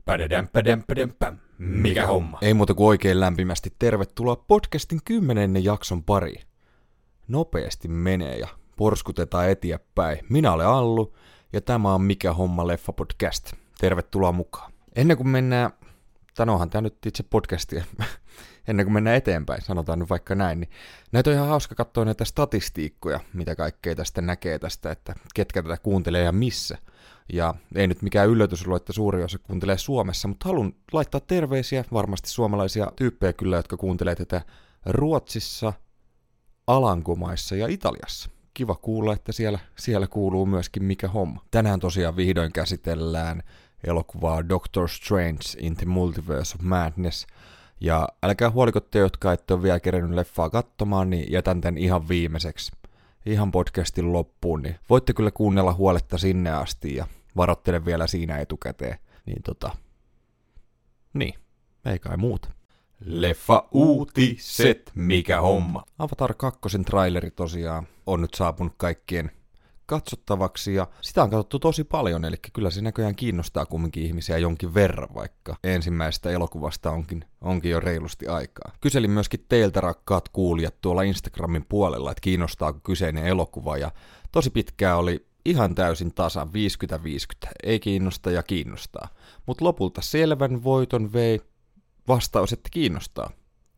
Pädädämppädämppädämppäm. Mikä homma? Ei muuta kuin oikein lämpimästi tervetuloa podcastin 10. jakson pariin. Nopeasti menee ja porskutetaan eteenpäin. Minä olen Allu ja tämä on Mikä homma leffa podcast. Tervetuloa mukaan. Ennen kuin mennään, onhan tämä nyt itse podcastia, ennen kuin mennään eteenpäin, sanotaan nyt vaikka näin, niin näitä on ihan hauska katsoa näitä statistiikkoja, mitä kaikkea tästä näkee tästä, että ketkä tätä kuuntelee ja missä. Ja ei nyt mikään yllätys ole, että suuri osa kuuntelee Suomessa, mutta haluan laittaa terveisiä, varmasti suomalaisia tyyppejä kyllä, jotka kuuntelee tätä Ruotsissa, Alankomaissa ja Italiassa. Kiva kuulla, että siellä kuuluu myöskin Mikä homma. Tänään tosiaan vihdoin käsitellään elokuvaa Doctor Strange in the Multiverse of Madness. Ja älkää huoliko te, jotka ette ole vielä kerennyt leffaa katsomaan, niin jätän tämän ihan viimeiseksi. Ihan podcastin loppuun, niin voitte kyllä kuunnella huoletta sinne asti ja varoittelen vielä siinä etukäteen. Niin, ei kai muuta. Leffa uutiset. Mikä homma? Avatar 2 traileri tosiaan on nyt saapunut kaikkien katsottavaksi ja sitä on katsottu tosi paljon, eli kyllä se näköjään kiinnostaa kumminkin ihmisiä jonkin verran, vaikka ensimmäisestä elokuvasta onkin jo reilusti aikaa. Kyselin myöskin teiltä, rakkaat kuulijat, tuolla Instagramin puolella, että kiinnostaako kyseinen elokuva, ja tosi pitkään oli ihan täysin tasan 50-50, ei kiinnosta ja kiinnostaa, mutta lopulta selvän voiton vei vastaus, että kiinnostaa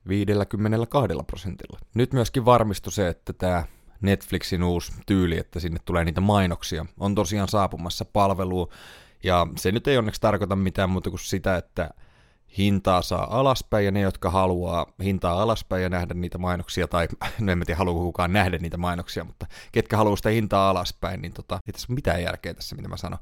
52%. Nyt myöskin varmistui se, että tämä Netflixin uusi tyyli, että sinne tulee niitä mainoksia, on tosiaan saapumassa palveluun, ja se nyt ei onneksi tarkoita mitään muuta kuin sitä, että hintaa saa alaspäin, ja ne, jotka haluaa hintaa alaspäin ja nähdä niitä mainoksia, tai no en tiedä, haluuko kukaan nähdä niitä mainoksia, mutta ketkä haluaa sitä hintaa alaspäin, niin ei tässä ole mitään järkeä tässä, mitä mä sanon.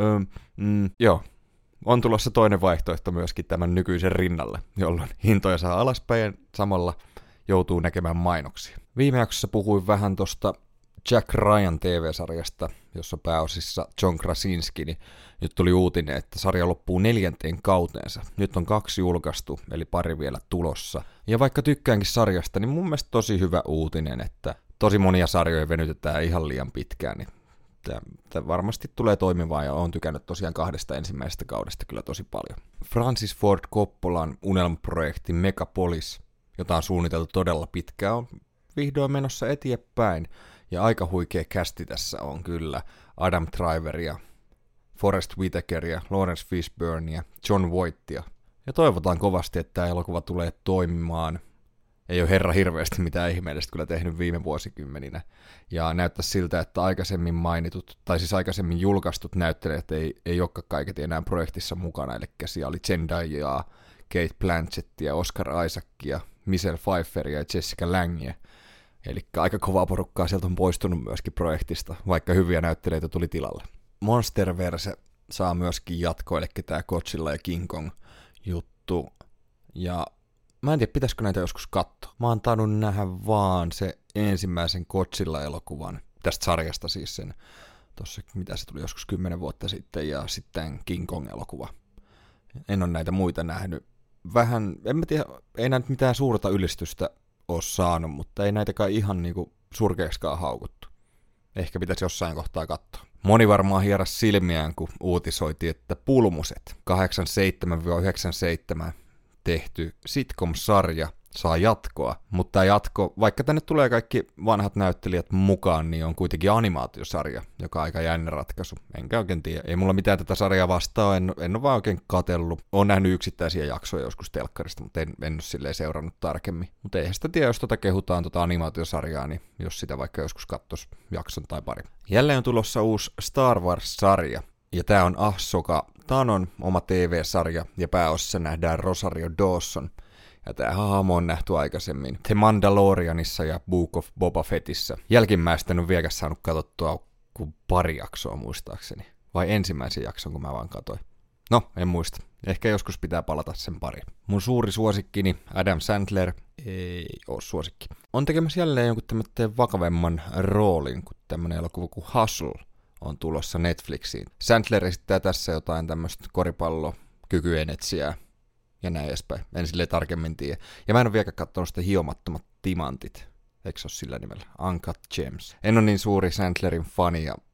Joo, on tulossa toinen vaihtoehto myöskin tämän nykyisen rinnalle, jolloin hintoja saa alaspäin ja samalla joutuu näkemään mainoksia. Viime jaksossa puhuin vähän tosta Jack Ryan TV-sarjasta, jossa pääosissa John Krasinski, niin nyt tuli uutinen, että sarja loppuu 4. kauteensa. Nyt on 2 julkaistu, eli pari vielä tulossa. Ja vaikka tykkäänkin sarjasta, niin mun mielestä tosi hyvä uutinen, että tosi monia sarjoja venytetään ihan liian pitkään, niin tämä varmasti tulee toimimaan, ja olen tykännyt tosiaan 2 ensimmäisestä kaudesta kyllä tosi paljon. Francis Ford Coppolan unelmaprojekti Megapolis, jota on suunniteltu todella pitkään, on vihdoin menossa eteenpäin, ja aika huikea kästi tässä on kyllä. Adam Driveria, Forest Whitakeria, Lawrence Fishburnia, John Voightia. Ja toivotaan kovasti, että tämä elokuva tulee toimimaan. Ei ole herra hirveästi mitään ihmeellistä kyllä tehnyt viime vuosikymmeninä. Ja näyttäisi siltä, että aikaisemmin mainitut, tai siis aikaisemmin julkaistut näyttelijät ei olekaan kaiketi enää projektissa mukana. Eli siellä oli Zendaya, Kate Blanchettia, Oscar Isaacia, Michelle Pfeifferia ja Jessica Langia. Eli aika kovaa porukkaa sieltä on poistunut myöskin projektista, vaikka hyviä näyttelijöitä tuli tilalle. Monsterverse saa myöskin jatkoa, eli tämä Godzilla ja King Kong juttu. Ja mä en tiedä, pitäisikö näitä joskus katsoa. Mä oon tainnut nähdä vaan se ensimmäisen Godzilla-elokuvan, tästä sarjasta siis sen, tossa mitä se tuli joskus 10 vuotta sitten, ja sitten King Kong-elokuva. En ole näitä muita nähnyt. Vähän, en mä tiedä, ei näitä mitään suurta ylistystä ole saanut, mutta ei näitäkään ihan niinku surkeaksikaan haukuttu. Ehkä pitäisi jossain kohtaa katsoa. Moni varmaan hieras silmiään, kun uutisoitiin, että Pulmuset 87-97 tehty sitcom-sarja saa jatkoa, mutta tämä jatko, vaikka tänne tulee kaikki vanhat näyttelijät mukaan, niin on kuitenkin animaatiosarja, joka on aika jännä ratkaisu. Enkä oikein tiedä. Ei mulla mitään tätä sarjaa vastaan, en ole vaan oikein katsellut. Olen nähnyt yksittäisiä jaksoja joskus telkkarista, mutta en ole silleen seurannut tarkemmin. Mutta eihän sitä tiedä, jos kehutaan animaatiosarjaa, niin jos sitä vaikka joskus katsoisi jakson tai pari. Jälleen on tulossa uusi Star Wars-sarja, ja tämä on Ahsoka Tanon oma TV-sarja, ja pääosassa nähdään Rosario Dawson. Ja tämä hahmo on nähty aikaisemmin The Mandalorianissa ja Book of Boba Fettissä. Jälkimmäistä en ole vieläkään saanut katsottua kuin pari jaksoa muistaakseni. Vai ensimmäisen jakson, kun mä vaan katsoin. No, en muista. Ehkä joskus pitää palata sen pari. Mun suuri suosikkini, Adam Sandler, ei oo suosikki, on tekemässä jälleen jonkun tämmöinen vakavemman roolin, kuin tämmönen elokuva kuin Hustle on tulossa Netflixiin. Sandler esittää tässä jotain tämmöistä koripallokykyjen etsijää ja näin edespäin. En silleen tarkemmin tiedä. Ja mä en ole vieläkään katsonut sitä Hiomattomat timantit. Eikö se ole sillä nimellä? Uncut Gems. En ole niin suuri Sandlerin fani, ja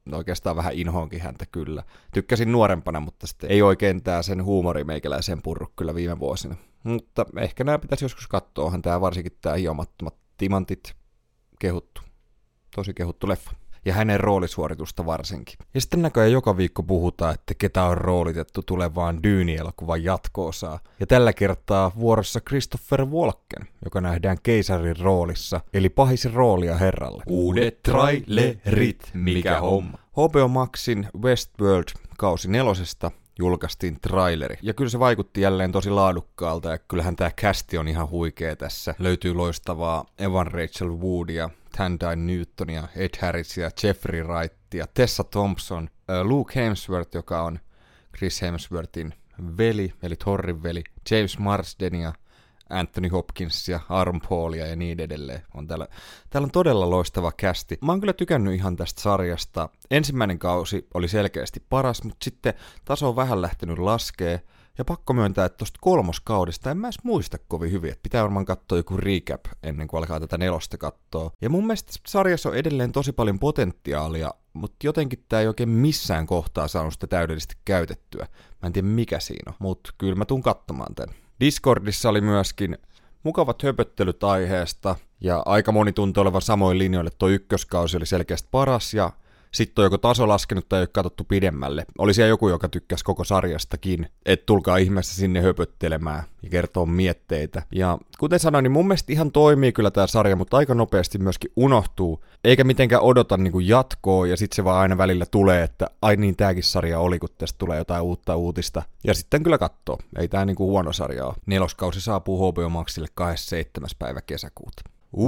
oikeastaan vähän inhoonkin häntä kyllä. Tykkäsin nuorempana, mutta sitten ei oikein tää sen huumori meikäläiseen purru kyllä viime vuosina. Mutta ehkä nämä pitäisi joskus katsoa, onhan tää varsinkin tää hiomattomat timantit kehuttu. Tosi kehuttu leffa. Ja hänen roolisuoritusta varsinkin. Ja sitten näköjään joka viikko puhutaan, että ketä on roolitettu tulevaan Dune-elokuvan jatko-osaa. Ja tällä kertaa vuorossa Christopher Walken, joka nähdään keisarin roolissa, eli pahisi roolia herralle. Uudet trailerit, mikä homma. HBO Maxin Westworld kausi 4 julkaistiin traileri. Ja kyllä se vaikutti jälleen tosi laadukkaalta, ja kyllähän tää casti on ihan huikea tässä. Löytyy loistavaa Evan Rachel Woodia, Thandie Newtonia, Ed Harrisia, Jeffrey Wrightia, Tessa Thompson, Luke Hemsworth, joka on Chris Hemsworthin veli, eli Thorin veli, James Marsdenia, Anthony Hopkinsia, Aaron Paulia ja niin edelleen. Täällä on todella loistava casti. Mä oon kyllä tykännyt ihan tästä sarjasta. Ensimmäinen kausi oli selkeästi paras, mutta sitten taso on vähän lähtenyt laskee. Ja pakko myöntää, että tosta 3. kaudesta en mä edes muista kovin hyvin, että pitää varmaan katsoa joku recap ennen kuin alkaa tätä 4 katsoa. Ja mun mielestä sarjassa on edelleen tosi paljon potentiaalia, mutta jotenkin tää ei oikein missään kohtaa saanut sitä täydellisesti käytettyä. Mä en tiedä mikä siinä on, mutta kyllä mä tuun katsomaan tän. Discordissa oli myöskin mukavat höpöttelyt aiheesta, ja aika moni tuntui olevan samoin linjoille. Tuo ykköskausi oli selkeästi paras, ja sitten on joko taso laskenut tai ei ole katsottu pidemmälle. Oli siellä joku, joka tykkäsi koko sarjastakin, että tulkaa ihmeessä sinne höpöttelemään ja kertoo mietteitä. Ja kuten sanoin, niin mun mielestä ihan toimii kyllä tää sarja, mutta aika nopeasti myöskin unohtuu. Eikä mitenkään odota niin kuin jatkoa, ja sitten se vaan aina välillä tulee, että ai niin tääkin sarja oli, kun tästä tulee jotain uutta uutista. Ja sitten kyllä katsoo. Ei tää niin kuin huono sarja ole. 4. kausi saapuu HBO Maxille 27. päivä kesäkuuta.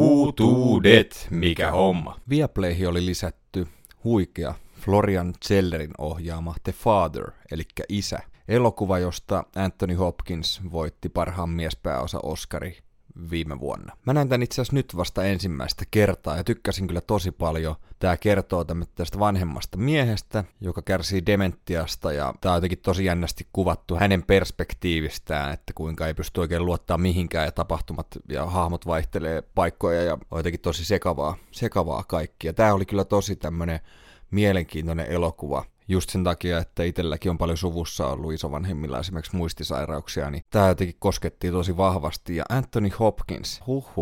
Uutuudet, mikä homma. Viaplayhin oli lisätty huikea Florian Zellerin ohjaama The Father, eli Isä. Elokuva, josta Anthony Hopkins voitti parhaan miespääosa Oscari viime vuonna. Mä näin tän itse asiassa nyt vasta ensimmäistä kertaa ja tykkäsin kyllä tosi paljon. Tää kertoo tästä vanhemmasta miehestä, joka kärsii dementiasta, ja tää on jotenkin tosi jännästi kuvattu hänen perspektiivistään, että kuinka ei pysty oikein luottaa mihinkään ja tapahtumat ja hahmot vaihtelee paikkoja ja on jotenkin tosi sekavaa kaikki. Ja tää oli kyllä tosi tämmönen mielenkiintoinen elokuva. Just sen takia, että itselläkin on paljon suvussa ollut isovanhemmilla esimerkiksi muistisairauksia, niin tää jotenkin koskettiin tosi vahvasti. Ja Anthony Hopkins,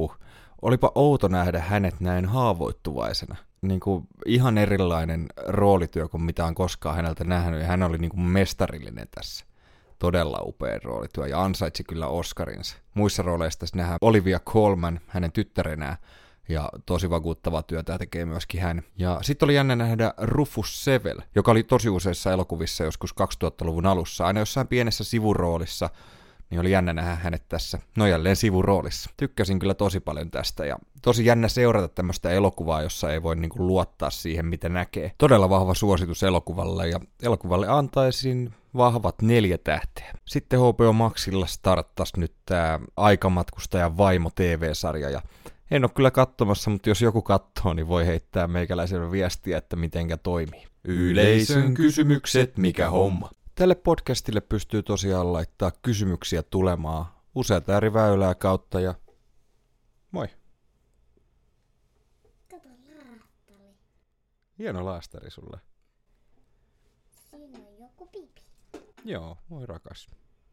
olipa outo nähdä hänet näin haavoittuvaisena. Niin kuin ihan erilainen roolityö kuin mitä on koskaan häneltä nähnyt, ja hän oli niin kuin mestarillinen tässä. Todella upea roolityö, ja ansaitsi kyllä Oscarinsa. Muissa rooleissa tässä nähdään Olivia Colman, hänen tyttärenään, ja tosi vakuuttavaa työtä tekee myöskin hän. Ja sitten oli jännä nähdä Rufus Sewell, joka oli tosi useissa elokuvissa joskus 2000-luvun alussa, aina jossain pienessä sivuroolissa, niin oli jännä nähdä hänet tässä, no jälleen sivuroolissa. Tykkäsin kyllä tosi paljon tästä, ja tosi jännä seurata tämmöistä elokuvaa, jossa ei voi niinku luottaa siihen, mitä näkee. Todella vahva suositus elokuvalle, ja elokuvalle antaisin vahvat 4 tähteä. Sitten HBO Maxilla starttasi nyt tää Aikamatkustajan vaimo TV-sarja, ja en ole kyllä katsomassa, mutta jos joku katsoo, niin voi heittää meikäläiselle viestiä, että mitenkä toimii. Yleisön kysymykset, mikä homma. Tälle podcastille pystyy tosiaan laittaa kysymyksiä tulemaan useata eri väylää kautta, ja moi. Kato laastari. Hieno laastari sulle. Siinä on joku pipi. Joo, voi rakas.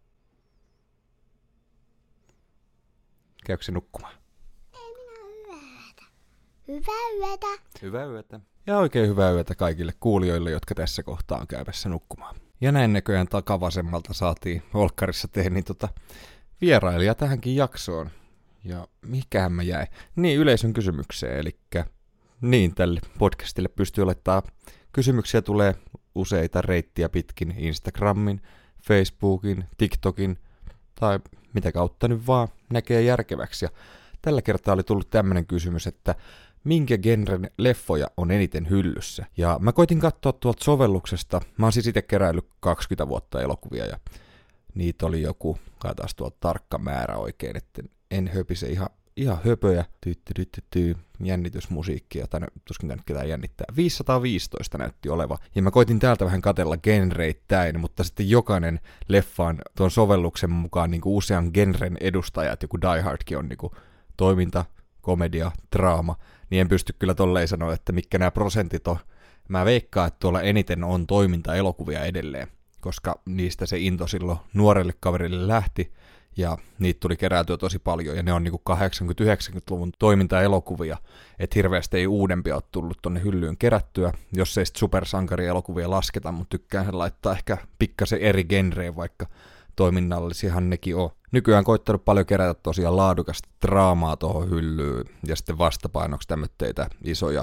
Käykö se nukkumaan? Ei minä yötä. Hyvää yötä. Hyvää yötä. Ja oikein hyvää yötä kaikille kuulijoille, jotka tässä kohtaa on käymässä nukkumaan. Ja näin näköjään takavasemmalta saatiin Olkkarissa tehdä vierailija tähänkin jaksoon. Ja mihinkähän mä jäin? Niin, yleisön kysymykseen, eli niin tälle podcastille pystyy laittaa kysymyksiä, tulee useita reittiä pitkin Instagramin, Facebookin, TikTokin tai mitä kautta nyt vaan näkee järkeväksi. Ja tällä kertaa oli tullut tämmönen kysymys, että minkä genren leffoja on eniten hyllyssä? Ja mä koitin katsoa tuolta sovelluksesta, mä oon siis itse keräillyt 20 vuotta elokuvia ja niitä oli joku, katsotaan tuolta tarkka määrä oikein, että en höpise ihan höpöjä, jännitysmusiikkia, tai tuskin nyt ketään jännittää. 515 näytti oleva, ja mä koitin täältä vähän katella genreittäin, mutta sitten jokainen leffa on tuon sovelluksen mukaan niin kuin usean genren edustaja, että joku Die Hardkin on niin kuin toiminta, komedia, draama, niin en pysty kyllä tolleen sanoa, että mitkä nämä prosentit on Mä veikkaan, että tuolla eniten on toimintaelokuvia edelleen, koska niistä se into silloin nuorelle kaverille lähti, ja niitä tuli keräytyä tosi paljon, ja ne on niinku 80-90-luvun toimintaelokuvia, että hirveästi ei uudempia ole tullut tonne hyllyyn kerättyä, jos ei sit supersankarielokuvia lasketa, mutta tykkään sen laittaa ehkä pikkasen eri genreen, vaikka toiminnallisihan nekin on. Nykyään koittanut paljon kerätä tosiaan laadukasta draamaa tuohon hyllyyn, ja sitten vastapainoksi tämmöitä isoja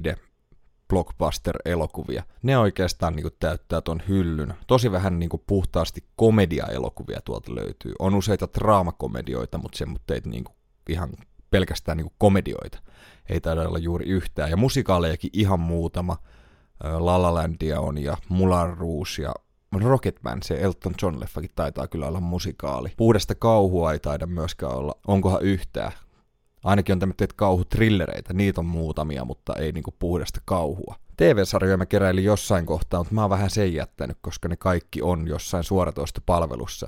blockbuster-elokuvia. Ne oikeastaan niinku täyttää ton hyllyn. Tosi vähän niinku puhtaasti komedia-elokuvia tuolta löytyy. On useita draamakomedioita, mutta semmoitteita niinku ihan pelkästään niinku komedioita. Ei taida olla juuri yhtään. Ja musikaalejakin ihan muutama. La La Landia on ja Moulin Rouge ja Rocketman, se Elton John-leffakin taitaa kyllä olla musikaali. Puhdasta kauhua ei taida myöskään olla. Onkohan yhtään? Ainakin on tämmöitä kauhutrillereitä, niitä on muutamia, mutta ei niinku puhdasta kauhua. TV-sarjoja mä keräilin jossain kohtaa, mutta mä oon vähän sen jättänyt, koska ne kaikki on jossain suoratoistopalvelussa.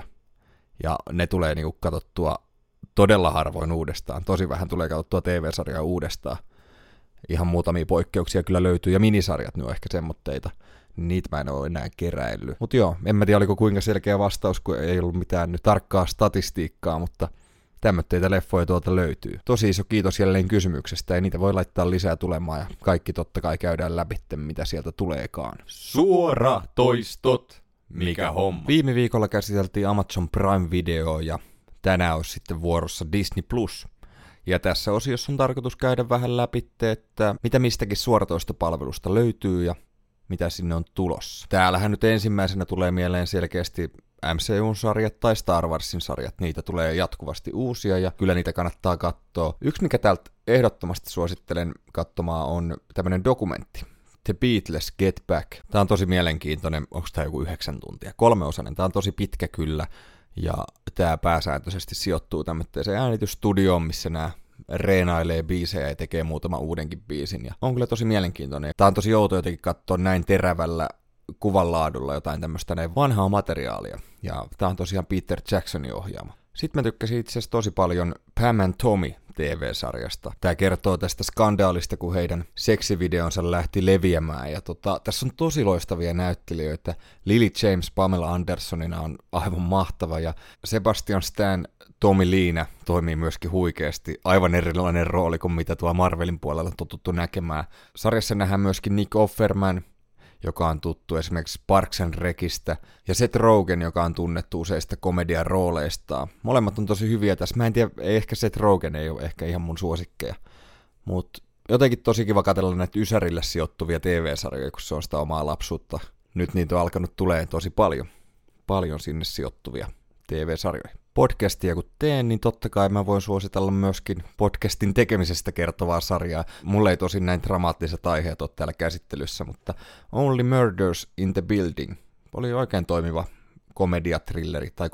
Ja ne tulee niinku katsottua todella harvoin uudestaan. Tosi vähän tulee katsottua TV-sarjaa uudestaan. Ihan muutamia poikkeuksia kyllä löytyy, ja minisarjat nyt on ehkä semmoitteita. Niitä mä en ole enää keräillyt. Mutta joo, en mä tiedä oliko kuinka selkeä vastaus, kun ei ollut mitään nyt tarkkaa statistiikkaa, mutta tämmöitä leffoja tuolta löytyy. Tosi iso kiitos jälleen kysymyksestä, ja niitä voi laittaa lisää tulemaan, ja kaikki totta kai käydään läpi, mitä sieltä tuleekaan. Suora toistot, mikä homma. Viime viikolla käsiteltiin Amazon Prime Video, ja tänään olisi sitten vuorossa Disney Plus. Ja tässä osiossa on tarkoitus käydä vähän läpi, että mitä mistäkin suoratoistopalvelusta löytyy, ja mitä sinne on tulossa. Täällähän nyt ensimmäisenä tulee mieleen selkeästi MCU-sarjat tai Star Warsin sarjat. Niitä tulee jatkuvasti uusia ja kyllä niitä kannattaa katsoa. Yksi, mikä täältä ehdottomasti suosittelen katsomaan, on tämmönen dokumentti. The Beatles Get Back. Tää on tosi mielenkiintoinen. Onko tää joku 9 tuntia? 3-osainen. Tää on tosi pitkä kyllä. Ja tää pääsääntöisesti sijoittuu tämmöiseen äänitysstudioon, missä nämä reenailee biisejä ja tekee muutama uudenkin biisin. Ja on kyllä tosi mielenkiintoinen. Tää on tosi outo jotenkin katsoa näin terävällä kuvanlaadulla jotain tämmöistä näin vanhaa materiaalia. Ja tää on tosiaan Peter Jacksonin ohjaama. Sitten mä tykkäsin itse asiassa tosi paljon Pam and Tommy TV-sarjasta. Tää kertoo tästä skandaalista, kun heidän seksivideonsa lähti leviämään. Ja tässä on tosi loistavia näyttelijöitä. Lily James Pamela Andersonina on aivan mahtava. Ja Sebastian Stan Tommy Leena toimii myöskin huikeasti. Aivan erilainen rooli kuin mitä tuo Marvelin puolella on totuttu näkemään. Sarjassa nähdään myöskin Nick Offerman, joka on tuttu esimerkiksi Parks and Recistä, ja Seth Rogen, joka on tunnettu useista komedian rooleistaan. Molemmat on tosi hyviä tässä. Mä en tiedä, ehkä Seth Rogen ei ole ehkä ihan mun suosikkeja, mutta jotenkin tosi kiva katsella näitä ysärille sijoittuvia TV-sarjoja, kun se on sitä omaa lapsuutta. Nyt niitä on alkanut tulee tosi paljon sinne sijoittuvia TV-sarjoja. Podcastia kun teen, niin totta kai mä voin suositella myöskin podcastin tekemisestä kertovaa sarjaa. Mulla ei tosin näin dramaattiset aiheet ole täällä käsittelyssä, mutta Only Murders in the Building oli oikein toimiva komediatrilleri tai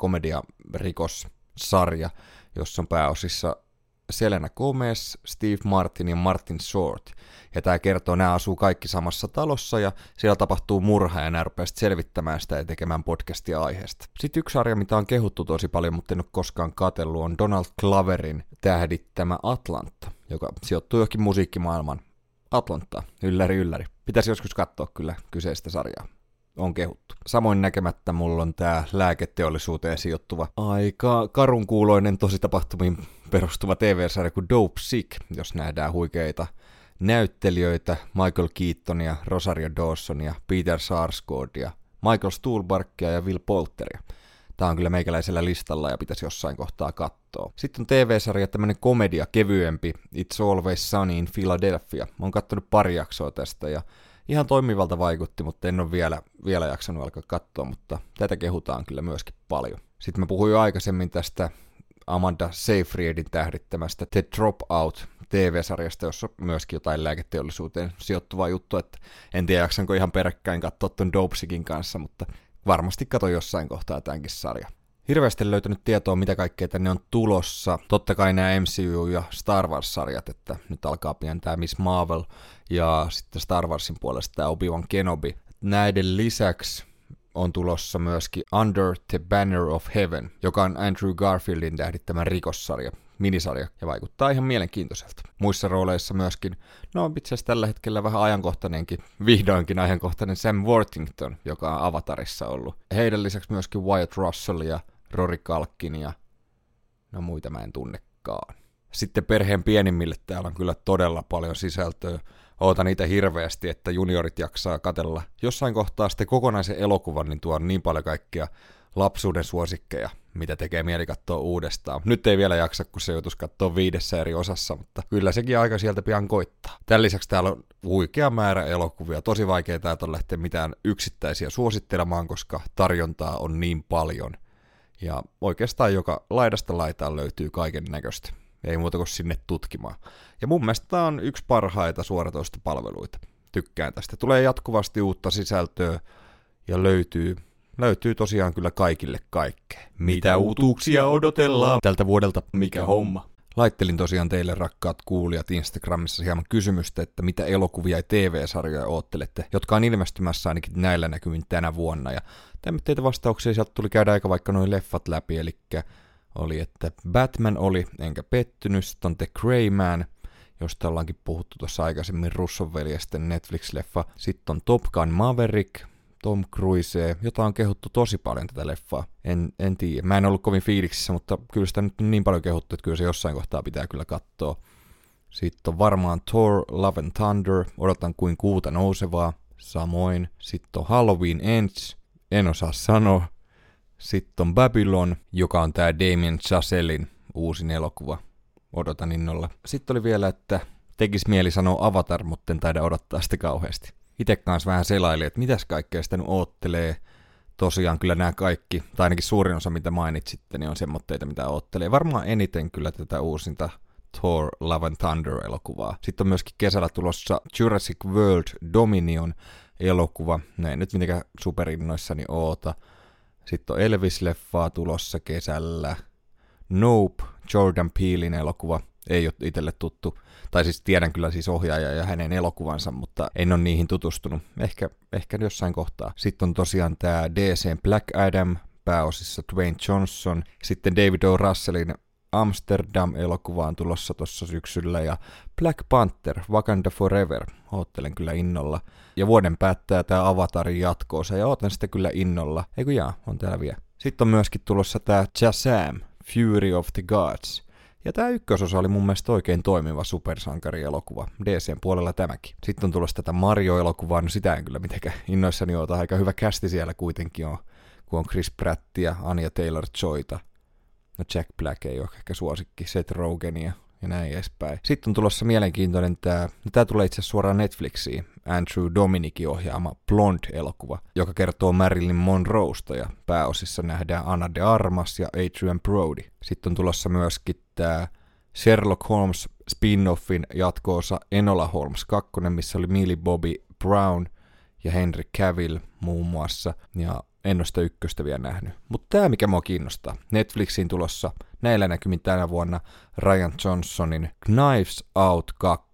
komediarikossarja, jossa on pääosissa Selena Gomez, Steve Martin ja Martin Short. Ja tää kertoo, nämä asuu kaikki samassa talossa ja siellä tapahtuu murha ja nämä rupeaa selvittämään sitä ja tekemään podcastia aiheesta. Sitten yksi sarja, mitä on kehuttu tosi paljon, mutta en ole koskaan katsellut, on Donald Gloverin tähdittämä Atlanta, joka sijoittuu johonkin musiikkimaailman Atlantaan. Ylläri. Pitäisi joskus katsoa kyllä kyseistä sarjaa. On kehuttu. Samoin näkemättä mulla on tää lääketeollisuuteen sijoittuva aika karunkuuloinen tositapahtumiin perustuva TV-sarja kuin Dope Sick, jos nähdään huikeita näyttelijöitä, Michael Keatonia, Rosario Dawsonia, Peter Sarsgaaardia, Michael Stuhlbargia ja Will Poulteria. Tää on kyllä meikäläisellä listalla ja pitäisi jossain kohtaa katsoa. Sitten on TV-sarja, tämmönen komedia, kevyempi, It's Always Sunny in Philadelphia. Mä oon kattonut pari jaksoa tästä ja ihan toimivalta vaikutti, mutta en ole vielä jaksanut alkaa katsoa, mutta tätä kehutaan kyllä myöskin paljon. Sitten mä puhuin jo aikaisemmin tästä Amanda Seyfriedin tähdittämästä The Dropout TV-sarjasta, jossa on myöskin jotain lääketeollisuuteen sijoittuvaa juttua, että en tiedä jaksanko ihan peräkkäin katsoa ton Dope Sickin kanssa, mutta varmasti kato jossain kohtaa tämänkin sarja. Hirveästi löytänyt tietoa, mitä kaikkea tänne on tulossa. Totta kai nämä MCU ja Star Wars-sarjat, että nyt alkaa pian tämä Miss Marvel ja sitten Star Warsin puolesta tämä Obi-Wan Kenobi. Näiden lisäksi on tulossa myöskin Under the Banner of Heaven, joka on Andrew Garfieldin tähdittämä rikossarja. minisarja ja vaikuttaa ihan mielenkiintoiselta. Muissa rooleissa myöskin, no itse asiassa tällä hetkellä vähän ajankohtainenkin, vihdoinkin ajankohtainen Sam Worthington, joka on Avatarissa ollut. Heidän lisäksi myöskin Wyatt Russell ja Rory Culkin ja no muita mä en tunnekaan. Sitten perheen pienimmille täällä on kyllä todella paljon sisältöä. Ootan niitä hirveästi, että juniorit jaksaa katella jossain kohtaa sitten kokonaisen elokuvan, niin tuo on niin paljon kaikkia lapsuuden suosikkeja, mitä tekee mieli katsoa uudestaan. Nyt ei vielä jaksa, kun se joutuisi katsoa 5 eri osassa, mutta kyllä sekin aika sieltä pian koittaa. Tämän lisäksi täällä on huikea määrä elokuvia. Tosi vaikea täältä on lähteä mitään yksittäisiä suosittelemaan, koska tarjontaa on niin paljon. Ja oikeastaan joka laidasta laitaan löytyy kaiken näköistä. Ei muuta kuin sinne tutkimaan. Ja mun mielestä tää on yksi parhaita suoratoistopalveluita. Tykkään tästä. Tulee jatkuvasti uutta sisältöä ja löytyy tosiaan kyllä kaikille kaikkea. Mitä uutuuksia odotellaan? Tältä vuodelta Mikä homma? Laittelin tosiaan teille, rakkaat kuulijat, Instagramissa hieman kysymystä, että mitä elokuvia ja TV-sarjoja oottelette, jotka on ilmestymässä ainakin näillä näkymin tänä vuonna. Ja teitä vastauksia sieltä tuli käydä aika vaikka noin leffat läpi, eli oli, että Batman oli, enkä pettynyt, sitten on The Gray Man, josta ollaankin puhuttu tuossa aikaisemmin, Russon veljesten Netflix-leffa. Sitten on Top Gun Maverick, Tom Cruise, jota on kehuttu tosi paljon tätä leffaa. En tiedä. Mä en ollut kovin fiiliksissä, mutta kyllä sitä nyt on niin paljon kehuttu, että kyllä se jossain kohtaa pitää kyllä katsoa. Sitten on varmaan Thor, Love and Thunder, odotan kuin kuuta nousevaa, samoin. Sitten on Halloween Ends, en osaa sanoa. Sitten on Babylon, joka on tää Damien Chazellein uusin elokuva. Odotan innolla. Sitten oli vielä, että tekis mieli sanoa Avatar, mutta en taida odottaa sitä kauheasti. Itse kanssa vähän selaili, että mitäs kaikkea sitä nyt oottelee. Tosiaan kyllä nämä kaikki, tai ainakin suurin osa mitä mainitsitte, niin on semmoitteita mitä oottelee. Varmaan eniten kyllä tätä uusinta Thor Love and Thunder-elokuvaa. Sitten on myöskin kesällä tulossa Jurassic World Dominion elokuva. No ei nyt mitenkään superinnoissani oota. Sitten on Elvis-leffaa tulossa kesällä. Nope, Jordan Peelin elokuva. Ei ole itselle tuttu. Tai siis tiedän kyllä siis ohjaaja ja hänen elokuvansa, mutta en ole niihin tutustunut. Ehkä jossain kohtaa. Sitten on tosiaan tämä DC:n Black Adam, pääosissa Dwayne Johnson. Sitten David O. Russellin Amsterdam-elokuva on tulossa tuossa syksyllä. Ja Black Panther, Wakanda Forever. Oottelen kyllä innolla. Ja vuoden päättää tämä Avatarin jatkoosa ja ootan sitä kyllä innolla. Eiku on täällä vielä. Sitten on myöskin tulossa tämä Shazam, Fury of the Gods. Ja tämä ykkösosa oli mun mielestä oikein toimiva supersankarielokuva. DC:n puolella tämäkin. Sitten on tulossa tätä Mario-elokuvaa, no sitä en kyllä mitenkään innoissani oota. Aika hyvä kästi siellä kuitenkin on, kun on Chris Prattia, Anya Taylor-Joyta. No Jack Black ei ole ehkä suosikki, Seth Rogenia ja näin edespäin. Sitten on tulossa mielenkiintoinen tämä tulee itse asiassa suoraan Netflixiin, Andrew Dominicin ohjaama Blonde-elokuva, joka kertoo Marilyn Monroesta ja pääosissa nähdään Ana de Armas ja Adrian Brody. Sitten on tulossa myöskin tämä Sherlock Holmes spin-offin jatko-osa Enola Holmes 2, missä oli Millie Bobby Brown ja Henry Cavill muun muassa, ja en ole sitä ykköstä vielä nähnyt. Mutta tämä mikä mua kiinnostaa, Netflixiin tulossa näillä näkymin tänä vuonna Ryan Johnsonin Knives Out 2.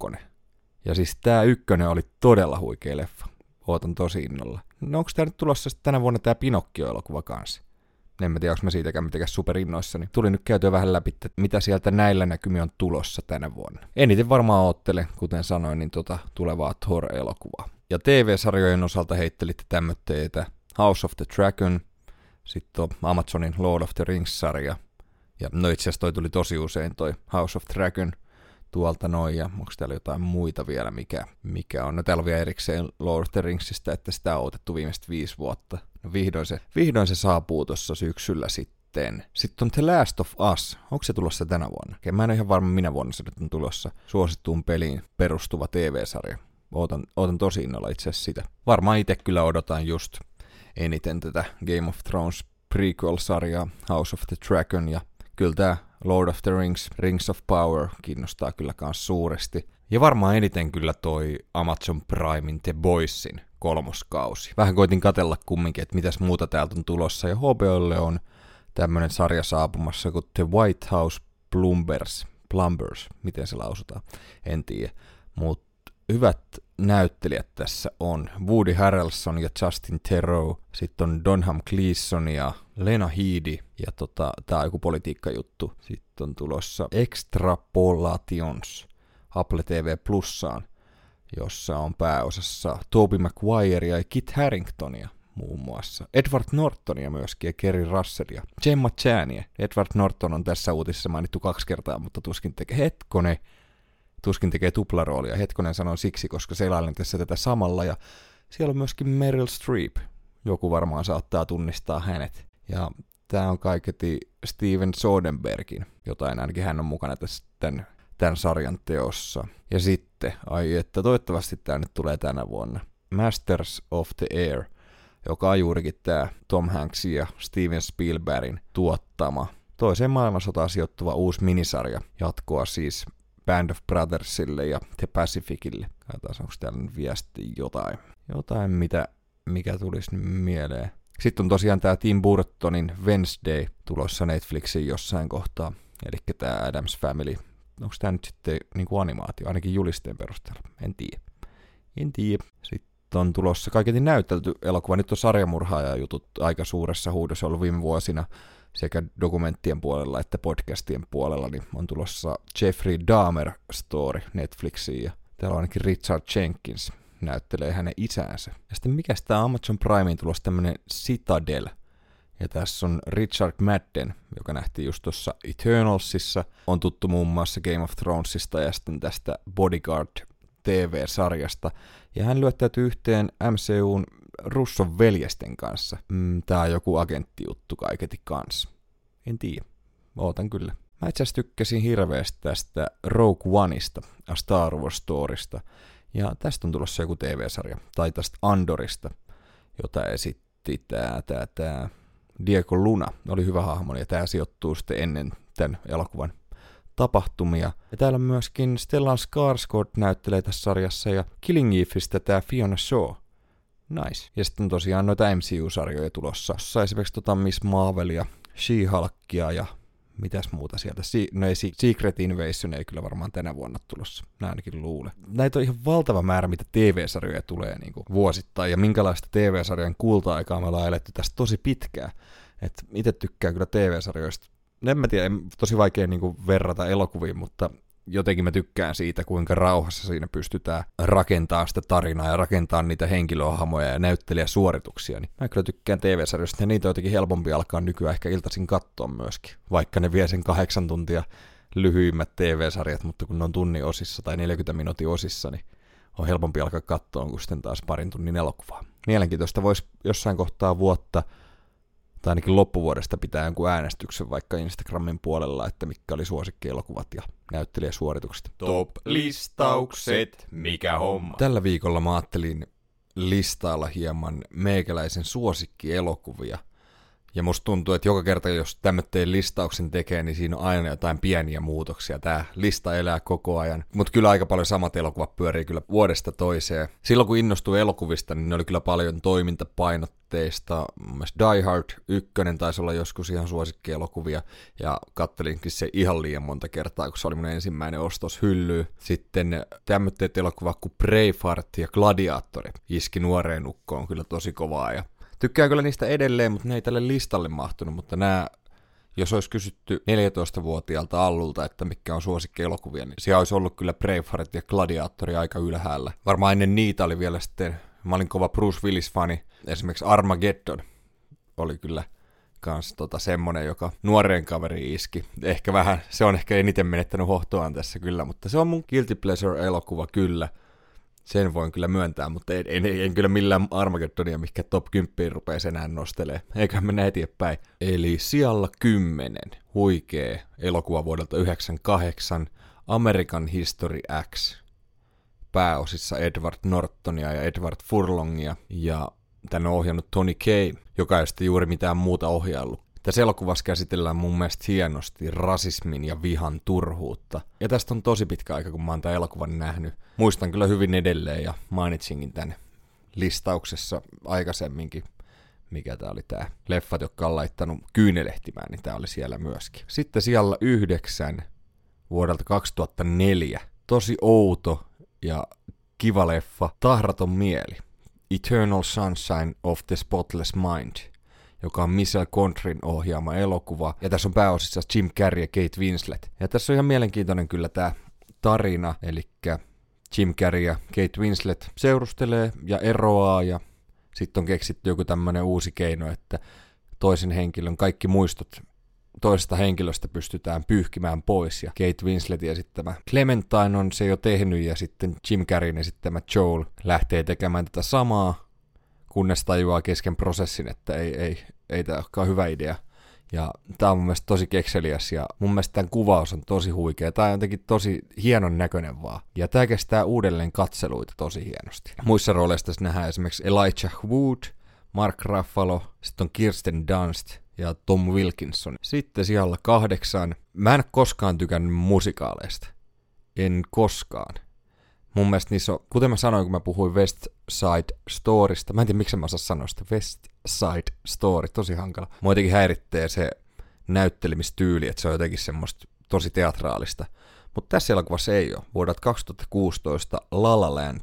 Ja siis tää ykkönen oli todella huikea leffa. Ootan tosi innolla. No onko tää nyt tulossa tänä vuonna tää Pinocchio-elokuva kanssa? En mä tiedä, onko mä siitäkään mitenkään superinnoissani. Tuli nyt käytyä vähän läpi, että mitä sieltä näillä näkymin on tulossa tänä vuonna. Eniten varmaan oottele, kuten sanoin, niin tulevaa Thor-elokuvaa. Ja TV-sarjojen osalta heittelitte tämmötteitä House of the Dragon, sitten on Amazonin Lord of the Rings-sarja. Ja no itse asiassa toi tuli tosi usein toi House of Dragon tuolta noin, ja onko täällä jotain muita vielä, mikä on? No täällä on vielä erikseen Lord of the Ringsista, että sitä on otettu viimeiset 5 vuotta. No vihdoin se saapuu tuossa syksyllä sitten. Sitten on The Last of Us. Onko se tulossa tänä vuonna? Mä en ole ihan varma minä vuonna se nyt on tulossa. Suosittuun peliin perustuva TV-sarja. Ootan tosi innolla itse asiassa sitä. Varmaan itse kyllä odotan just eniten tätä Game of Thrones prequel-sarjaa, House of the Dragon, ja kyllä tää Lord of the Rings, Rings of Power kiinnostaa kyllä kans suuresti. Ja varmaan eniten kyllä toi Amazon Primein The Boysin 3. kausi. Vähän koitin katella kumminkin, että mitäs muuta täältä on tulossa, ja HBOlle on tämmönen sarja saapumassa kuin The White House Plumbers, miten se lausutaan, en tiedä. Mutta hyvät näyttelijät tässä on Woody Harrelson ja Justin Theroux, sitten on Domhnall Gleeson ja Lena Headey, ja tää on joku politiikkajuttu. Sitten on tulossa Extrapolations Apple TV Plussaan, jossa on pääosassa Tobey Maguire ja Kit Haringtonia muun muassa. Edward Nortonia myöskin ja Kerry Russellia. Gemma Chania. Edward Norton on tässä uutisessa mainittu 2 kertaa, mutta tuskin tekee tuplaroolia. Hetkonen sanon siksi, koska selailin tässä tätä samalla. Ja siellä on myöskin Meryl Streep. Joku varmaan saattaa tunnistaa hänet. Ja tää on kaiketi Steven Soderberghin. Jotain ainakin hän on mukana tässä tämän sarjan teossa. Ja sitten, että toivottavasti tää nyt tulee tänä vuonna. Masters of the Air, joka on juurikin tää Tom Hanksin ja Steven Spielbergin tuottama toiseen maailmansotaan sijoittuva uusi minisarja. Jatkoa siis Band of Brothersille ja The Pacificille. Katsotaan, onko täällä nyt viesti jotain mikä tulisi nyt mieleen. Sitten on tosiaan tää Tim Burtonin Wednesday tulossa Netflixiin jossain kohtaa. Eli tää Addams Family. Onko tää nyt sitten niinku animaatio, ainakin julisteen perusteella? En tiedä. Sitten on tulossa kaiketi näytelty elokuva. Nyt on sarjamurhaaja-jutut aika suuressa huudossa ollut viime vuosina sekä dokumenttien puolella että podcastien puolella. Niin on tulossa Jeffrey Dahmer Story Netflixiin ja täällä on ainakin Richard Jenkins näyttelee hänen isänsä. Ja sitten mikäs tää Amazon Primeen tulossa tämmönen Citadel. Ja tässä on Richard Madden, joka nähtiin just tuossa Eternalsissa. On tuttu muun muassa Game of Thronesista ja sitten tästä Bodyguard TV-sarjasta. Ja hän lyöttäytyy yhteen MCUn Russon veljesten kanssa. Tää on joku agenttijuttu kaiketi kanssa. En tiedä. Ootan kyllä. Mä itse asiassa tykkäsin hirveästi tästä Rogue Oneista, A Star Wars Storysta. Ja tästä on tulossa joku TV-sarja. Tai tästä Andorista, jota esitti tää Diego Luna. Oli hyvä hahmo ja tää sijoittuu sitten ennen tämän elokuvan tapahtumia. Ja täällä on myöskin Stellan Skarsgård näyttelee tässä sarjassa ja Killing Eveistä tää Fiona Shaw. Nice. Ja sitten tosiaan noita MCU-sarjoja tulossa. Esimerkiksi Miss Marvelia, She-Hulkia ja mitäs muuta sieltä. Secret Invasion ei kyllä varmaan tänä vuonna tulossa. Näin ainakin luulen. Näitä on ihan valtava määrä, mitä TV-sarjoja tulee niin kuin vuosittain. Ja minkälaista TV-sarjan kulta-aikaa me ollaan eletty tästä tosi pitkään. Et itse tykkään kyllä TV-sarjoista. En mä tiedä, tosi vaikea niin kuin verrata elokuviin, mutta jotenkin mä tykkään siitä, kuinka rauhassa siinä pystytään rakentamaan sitä tarinaa ja rakentamaan niitä henkilöhahmoja ja näyttelijäsuorituksia. Niin mä kyllä tykkään TV-sarjoista ja niitä on jotenkin helpompi alkaa nykyään ehkä iltaisin katsoa myöskin. Vaikka ne vie sen 8 tuntia lyhyimmät TV-sarjat, mutta kun ne on tunnin osissa tai 40 minuutin osissa, niin on helpompi alkaa katsoa kuin sitten taas parin tunnin elokuvaa. Mielenkiintoista voisi jossain kohtaa vuotta tai ainakin loppuvuodesta pitää jonkun äänestyksen vaikka Instagramin puolella, että mitkä oli suosikkielokuvat ja näyttelijäsuoritukset. Top-listaukset, mikä homma? Tällä viikolla mä ajattelin listailla hieman meikäläisen suosikkielokuvia. Ja musta tuntuu, että joka kerta, jos tämmöinen listauksen tekee, niin siinä on aina jotain pieniä muutoksia. Tää lista elää koko ajan. Mutta kyllä aika paljon samat elokuvat pyörii kyllä vuodesta toiseen. Silloin kun innostui elokuvista, niin ne oli kyllä paljon toimintapainotteista. Mun mielestä Die Hard 1 taisi olla joskus ihan suosikkielokuvia. Ja kattelinkin se ihan liian monta kertaa, kun se oli mun ensimmäinen ostos hyllyyn. Sitten tämmöinen elokuva kuin Braveheart ja Gladiatori iski nuoreen ukkoon kyllä tosi kovaa ja tykkään kyllä niistä edelleen, mutta ne ei tälle listalle mahtunut, mutta nämä, jos olisi kysytty 14-vuotiaalta Allulta, että mikä on suosikkielokuvia, niin siellä olisi ollut kyllä Braveheart ja Gladiatori aika ylhäällä. Varmaan ennen niitä oli vielä sitten, mä olin kova Bruce Willis-fani, esimerkiksi Armageddon oli kyllä kans semmonen, joka nuoreen kaveri iski. Ehkä vähän, se on ehkä eniten menettänyt hohtoaan tässä kyllä, mutta se on mun guilty pleasure-elokuva kyllä. Sen voin kyllä myöntää, mutta en kyllä millään Armageddonia, mikä top 10 rupeaa enää nostelemaan. Eiköhän mennä eteenpäin. Eli sijalla 10, huikee elokuva vuodelta 1998, American History X. Pääosissa Edward Nortonia ja Edward Furlongia, ja tänne on ohjannut Tony Kaye, joka ei sitten juuri mitään muuta ohjaillut. Tässä elokuvassa käsitellään mun mielestä hienosti rasismin ja vihan turhuutta. Ja tästä on tosi pitkä aika, kun mä oon tämän elokuvan nähnyt. Muistan kyllä hyvin edelleen ja mainitsinkin tämän listauksessa aikaisemminkin, mikä tää oli tää leffat, jotka on laittanut kyynelehtimään, niin tää oli siellä myöskin. Sitten sijalla 9 vuodelta 2004. Tosi outo ja kiva leffa, Tahraton mieli, Eternal Sunshine of the Spotless Mind, joka on Michel Gondryn ohjaama elokuva, ja tässä on pääosissa Jim Carrey ja Kate Winslet. Ja tässä on ihan mielenkiintoinen kyllä tää tarina, eli Jim Carrey ja Kate Winslet seurustelee ja eroaa, ja sitten on keksitty joku tämmönen uusi keino, että toisen henkilön kaikki muistot toisesta henkilöstä pystytään pyyhkimään pois, ja Kate Winsletin esittämä Clementine on se jo tehnyt, ja sitten Jim Carreyn esittämä Joel lähtee tekemään tätä samaa, kunnes tajuaa kesken prosessin, että ei tämä olekaan hyvä idea. Ja tämä on mun mielestä tosi kekseliäs, ja mun mielestä tämän kuvaus on tosi huikea. Tämä on jotenkin tosi hienon näköinen vaan. Ja tämä kestää uudelleen katseluita tosi hienosti. Muissa rooleissa tässä nähdään esimerkiksi Elijah Wood, Mark Ruffalo, sitten on Kirsten Dunst ja Tom Wilkinson. Sitten siellä 8. Mä en ole koskaan tykännyt musikaaleista. En koskaan. Mun mielestä niissä on, kuten mä sanoin, kun mä puhuin West Side Storysta, mä en tiedä miksi mä osaa sanoa sitä, West Side Story, tosi hankala. Mua jotenkin häiritsee se näyttelemistyyli, että se on jotenkin semmoista tosi teatraalista. Mutta tässä elokuvassa ei ole. Vuodelta 2016 La La Land.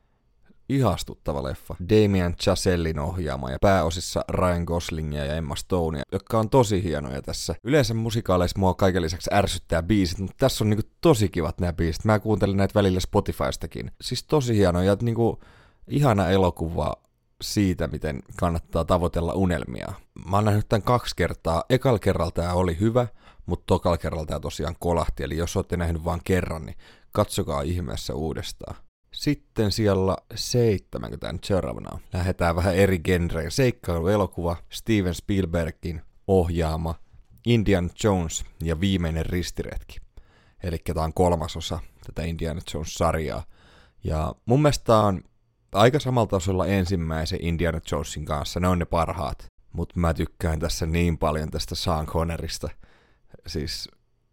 Ihastuttava leffa. Damien Chazellin ohjaama ja pääosissa Ryan Goslingia ja Emma Stonea, jotka on tosi hienoja tässä. Yleensä musikaaleissa mua kaiken lisäksi ärsyttää biisit, mutta tässä on niinku tosi kivat nämä biisit. Mä kuuntelin näitä välillä Spotifystakin. Siis tosi hienoja ja niinku ihana elokuva siitä, miten kannattaa tavoitella unelmia. Mä oon nähnyt tämän 2 kertaa. Ekalla kerralla tää oli hyvä, mutta tokalla kerralla tää tosiaan kolahti. Eli jos ootte nähnyt vaan kerran, niin katsokaa ihmeessä uudestaan. Sitten siellä 7, kun tää nyt seuraavana on. Lähdetään vähän eri genreen. Seikkailuelokuva, Steven Spielbergin ohjaama Indiana Jones ja viimeinen ristiretki. Eli tää on 3. osa tätä Indiana Jones-sarjaa. Ja mun mielestä tää on aika samalla tasolla ensimmäisen Indiana Jonesin kanssa. Ne on ne parhaat. Mutta mä tykkään tässä niin paljon tästä Sean Connerista. Siis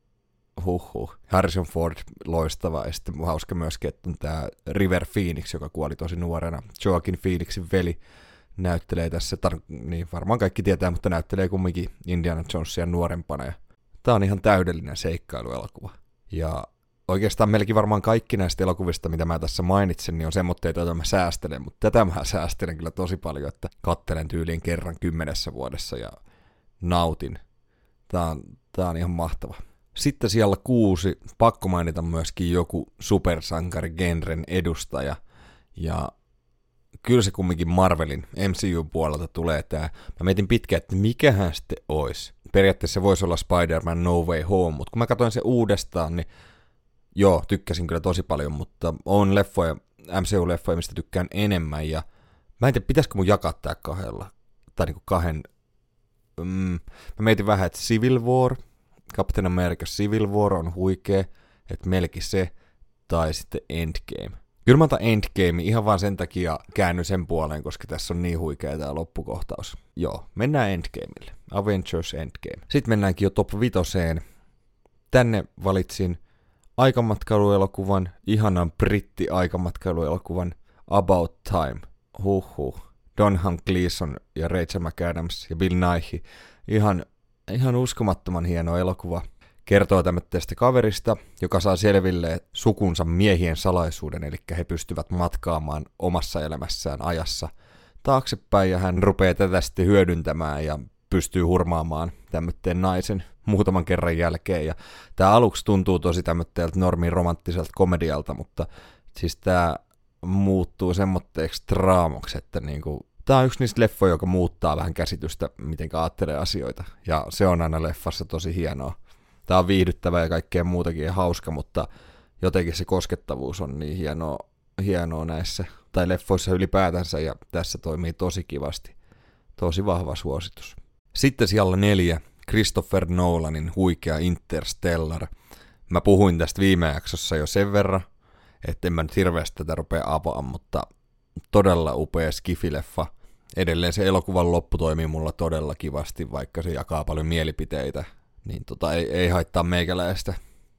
Harrison Ford loistava, ja sitten hauska myöskin, että on tää River Phoenix, joka kuoli tosi nuorena. Joaquin Phoenixin veli näyttelee tässä, niin varmaan kaikki tietää, mutta näyttelee kumminkin Indiana Jonesia nuorempana. Ja tää on ihan täydellinen seikkailuelokuva. Ja oikeastaan melkein varmaan kaikki näistä elokuvista, mitä mä tässä mainitsen, niin on semmoitteita, joita mä säästelen, mutta tätä mä säästelen kyllä tosi paljon, että kattelen tyyliin kerran 10 vuodessa ja nautin. Tää on ihan mahtava. Sitten siellä 6, pakko mainita myöskin joku supersankarigenren edustaja, ja kyllä se kumminkin Marvelin MCU-puolelta tulee tää. Mä mietin pitkään, että mikähän sitten ois. Periaatteessa se voisi olla Spider-Man No Way Home, mutta kun mä katsoin se uudestaan, niin joo, tykkäsin kyllä tosi paljon, mutta on leffoja, MCU-leffoja, mistä tykkään enemmän, ja mä en tiedä, pitäisikö mun jakaa tää 2, tai niinku 2. Mä mietin vähän, että Civil War, Captain America Civil War on huikea, että melkein se, tai sitten Endgame. Kyllä mä otan Endgame ihan vaan sen takia käänny sen puoleen, koska tässä on niin huikea tää loppukohtaus. Joo, mennään Endgameille. Avengers Endgame. Sitten mennäänkin jo top 5. Tänne valitsin aikamatkailuelokuvan, ihanan britti-aikamatkailuelokuvan About Time. Domhnall Gleeson ja Rachel McAdams ja Bill Nighy. Ihan uskomattoman hieno elokuva. Kertoo tämmöistä kaverista, joka saa selville sukunsa miehien salaisuuden, eli he pystyvät matkaamaan omassa elämässään ajassa taaksepäin, ja hän rupeaa tätä sitten hyödyntämään ja pystyy hurmaamaan tämmöisen naisen muutaman kerran jälkeen. Ja tämä aluksi tuntuu tosi tämmöiseltä normiin romanttiselta komedialta, mutta siis tämä muuttuu semmoitteeksi draamoksi, että niinku tämä on yksi niistä leffoja, joka muuttaa vähän käsitystä, miten aattelee asioita, ja se on aina leffassa tosi hienoa. Tämä on viihdyttävä ja kaikkea muutakin ja hauska, mutta jotenkin se koskettavuus on niin hienoa näissä, tai leffoissa ylipäätänsä, ja tässä toimii tosi kivasti. Tosi vahva suositus. Sitten siellä 4, Christopher Nolanin huikea Interstellar. Mä puhuin tästä viime jaksossa jo sen verran, että en mä nyt hirveästi tätä rupea avaa, mutta todella upea skifileffa. Edelleen se elokuvan loppu toimii mulla todella kivasti, vaikka se jakaa paljon mielipiteitä. Niin ei haittaa meikäläistä.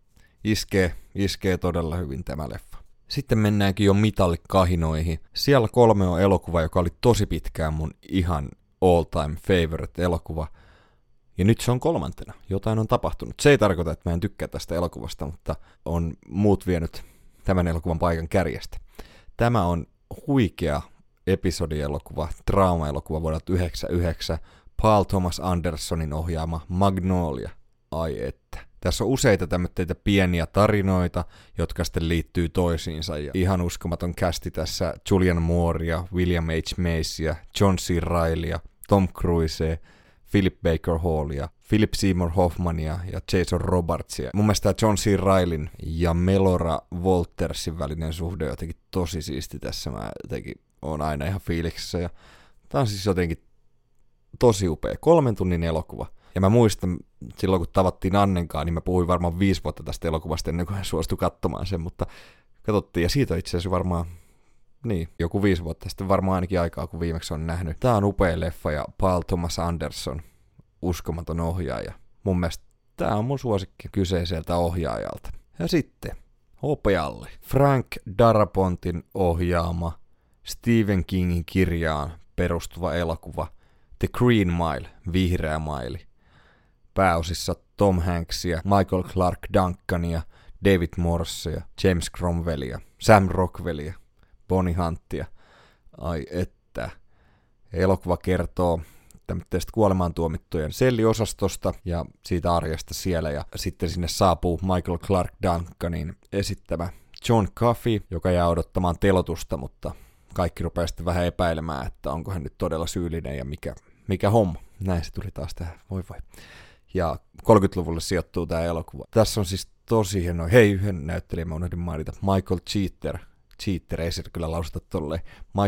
Iskee todella hyvin tämä leffa. Sitten mennäänkin jo mitallikahinoihin. Siellä 3 on elokuva, joka oli tosi pitkään mun ihan all time favorite elokuva. Ja nyt se on 3. Jotain on tapahtunut. Se ei tarkoita, että mä en tykkää tästä elokuvasta, mutta on muut vienyt tämän elokuvan paikan kärjestä. Tämä on huikea episodielokuva, draama-elokuva vuodelta 1999, Paul Thomas Andersonin ohjaama Magnolia. Ai että. Tässä on useita tämmöitä pieniä tarinoita, jotka sitten liittyy toisiinsa. Ja ihan uskomaton kästi tässä Julianne Moorea, William H. Macea, John C. Reillya, Tom Cruise, Philip Baker Hallia, Philip Seymour Hoffmania ja Jason Robartsia. Mun mielestä John C. Reileyn ja Melora Waltersin välinen suhde on jotenkin tosi siisti tässä. Mä jotenkin oon aina ihan fiiliksissä. Ja tää on siis jotenkin tosi upea. 3 tunnin elokuva. Ja mä muistan, silloin kun tavattiin Annenkaan, niin mä puhuin varmaan 5 vuotta tästä elokuvasta ennen kuin hän suostui katsomaan sen, mutta katsottiin. Ja siitä itse asiassa varmaan, joku 5 vuotta sitten varmaan ainakin aikaa, kun viimeksi on nähnyt. Tää on upea leffa ja Paul Thomas Anderson, uskomaton ohjaaja. Mun mielestä tää on mun suosikki kyseiseltä ohjaajalta. Ja sitten, hopealle. Frank Darapontin ohjaama Stephen Kingin kirjaan perustuva elokuva The Green Mile, Vihreä maili. Pääosissa Tom Hanksia, Michael Clark Duncania, David Morsea, James Cromwellia, Sam Rockwellia, Bonnie Huntia. Ai että. Elokuva kertoo tämmöistä kuolemaan tuomittujen selliosastosta ja siitä arjesta siellä. Ja sitten sinne saapuu Michael Clark Duncanin esittämä John Coffey, joka jää odottamaan telotusta, mutta kaikki rupeaa sitten vähän epäilemään, että onko hän nyt todella syyllinen ja mikä homma. Näin se tuli taas tähän. Voi. Ja 30-luvulle sijoittuu tämä elokuva. Tässä on siis tosi hienoa. Hei, yhden näyttelijän mä unohdin mainita. Michael Cheater. Cheater, ei se kyllä lausuta tolleen.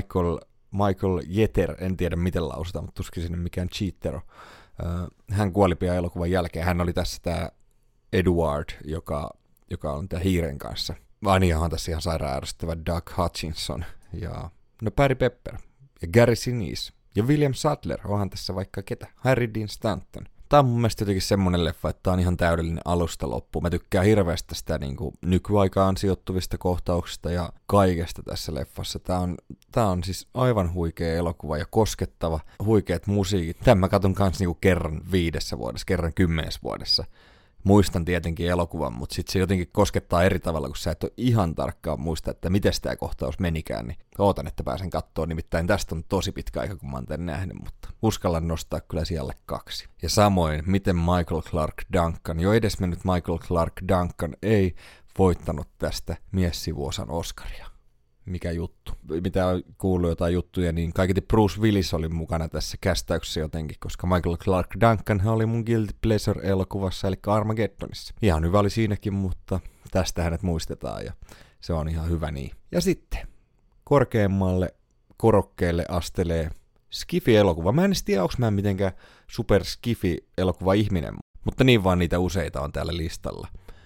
Michael Yetter, en tiedä miten lausutaan, mutta tuskin sinne mikään cheater on. Hän kuoli pian elokuvan jälkeen. Hän oli tässä tämä Edward, joka on tämä hiiren kanssa. Vaan ihan tässä ihan sairaan ärsyttävä Doug Hutchinson. Ja Barry Pepper. Ja Gary Sinise. Ja William Sadler, onhan tässä vaikka ketä. Harry Dean Stanton. Tää on mun mielestä jotenkin semmonen leffa, että tää on ihan täydellinen alusta loppuun. Mä tykkään hirveästi tästä niinku nykyaikaan sijoittuvista kohtauksista ja kaikesta tässä leffassa. Tää on siis aivan huikea elokuva ja koskettava, huikeat musiikit. Tän mä katon kans niinku kerran 5 vuodessa, kerran 10 vuodessa. Muistan tietenkin elokuvan, mutta sitten se jotenkin koskettaa eri tavalla, kun sä et ole ihan tarkkaan muista, että miten tämä kohtaus menikään, niin ootan, että pääsen katsomaan. Nimittäin tästä on tosi pitkä aika, kun mä oon tän nähnyt, mutta uskallan nostaa kyllä siellä 2. Ja samoin, miten Michael Clark Duncan, jo edesmennyt Michael Clark Duncan, ei voittanut tästä miessivuosan Oscaria. Mikä juttu. Mitä on kuullut jotain juttuja, niin kaiketi Bruce Willis oli mukana tässä kästäyksessä jotenkin, koska Michael Clark Duncan oli mun Guilty Pleasure-elokuvassa, eli Armageddonissa. Ihan hyvä oli siinäkin, mutta tästä hänet muistetaan ja se on ihan hyvä niin. Ja sitten korkeammalle korokkeelle astelee Skifi-elokuva. Mä en tiedä, onko mä mitenkään super Skifi-elokuva ihminen, mutta niin vaan niitä useita on täällä listalla.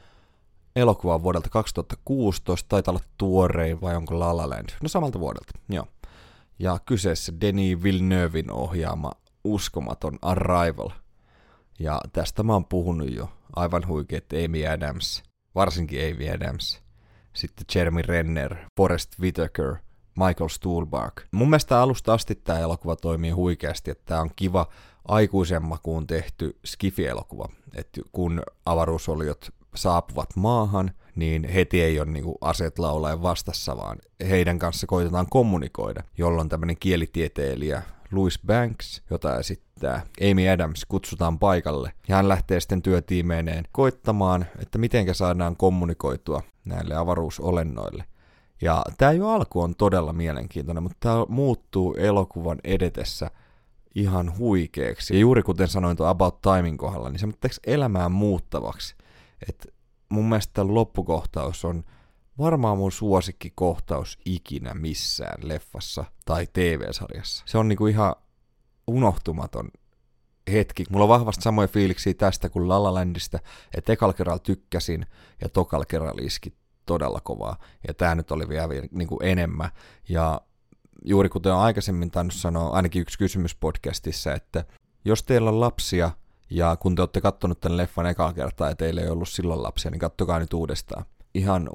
Elokuva on vuodelta 2016, taitaa olla tuorein vai onko La La Land? No samalta vuodelta, joo. Ja kyseessä Denis Villeneuven ohjaama uskomaton Arrival. Ja tästä mä oon puhunut jo. Aivan huikeet Amy Adams, varsinkin Amy Adams. Sitten Jeremy Renner, Forest Whitaker, Michael Stuhlbarg. Mun mielestä alusta asti tää elokuva toimii huikeasti, että tää on kiva aikuisen makuun tehty skifi-elokuva. Että kun avaruusoliot saapuvat maahan, niin heti ei ole niinku aseet laulaen vastassa, vaan heidän kanssa koitetaan kommunikoida, jolloin tämmöinen kielitieteilijä Louis Banks, jota esittää Amy Adams, kutsutaan paikalle. Ja hän lähtee sitten työtiimeineen koittamaan, että mitenkä saadaan kommunikoitua näille avaruusolennoille. Ja tämä jo alku on todella mielenkiintoinen, mutta tämä muuttuu elokuvan edetessä ihan huikeaksi. Ja juuri kuten sanoin tuon About Timein kohdalla, niin se teeksi elämään muuttavaksi. Et mun mielestä loppukohtaus on varmaan mun suosikkikohtaus ikinä missään leffassa tai TV-sarjassa. Se on niinku ihan unohtumaton hetki. Mulla on vahvasti samoja fiiliksiä tästä kuin La La Landista, että ekalla kerralla tykkäsin ja tokalla kerralla iski todella kovaa. Ja tää nyt oli vielä niinku enemmän. Ja juuri kuten olen aikaisemmin tainnut sanoa, ainakin yksi kysymys podcastissa, että jos teillä on lapsia, ja kun te olette kattonut tämän leffan ekaa kertaa ja teillä ei ollut silloin lapsia, niin kattokaa nyt uudestaan. Ihan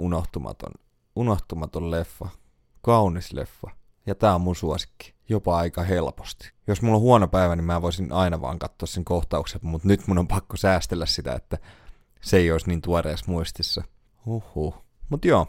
unohtumaton leffa, kaunis leffa. Ja tää on mun suosikki, jopa aika helposti. Jos mulla on huono päivä, niin mä voisin aina vaan katsoa sen kohtauksen, mutta nyt mun on pakko säästellä sitä, että se ei olisi niin tuoreessa muistissa. Mut joo,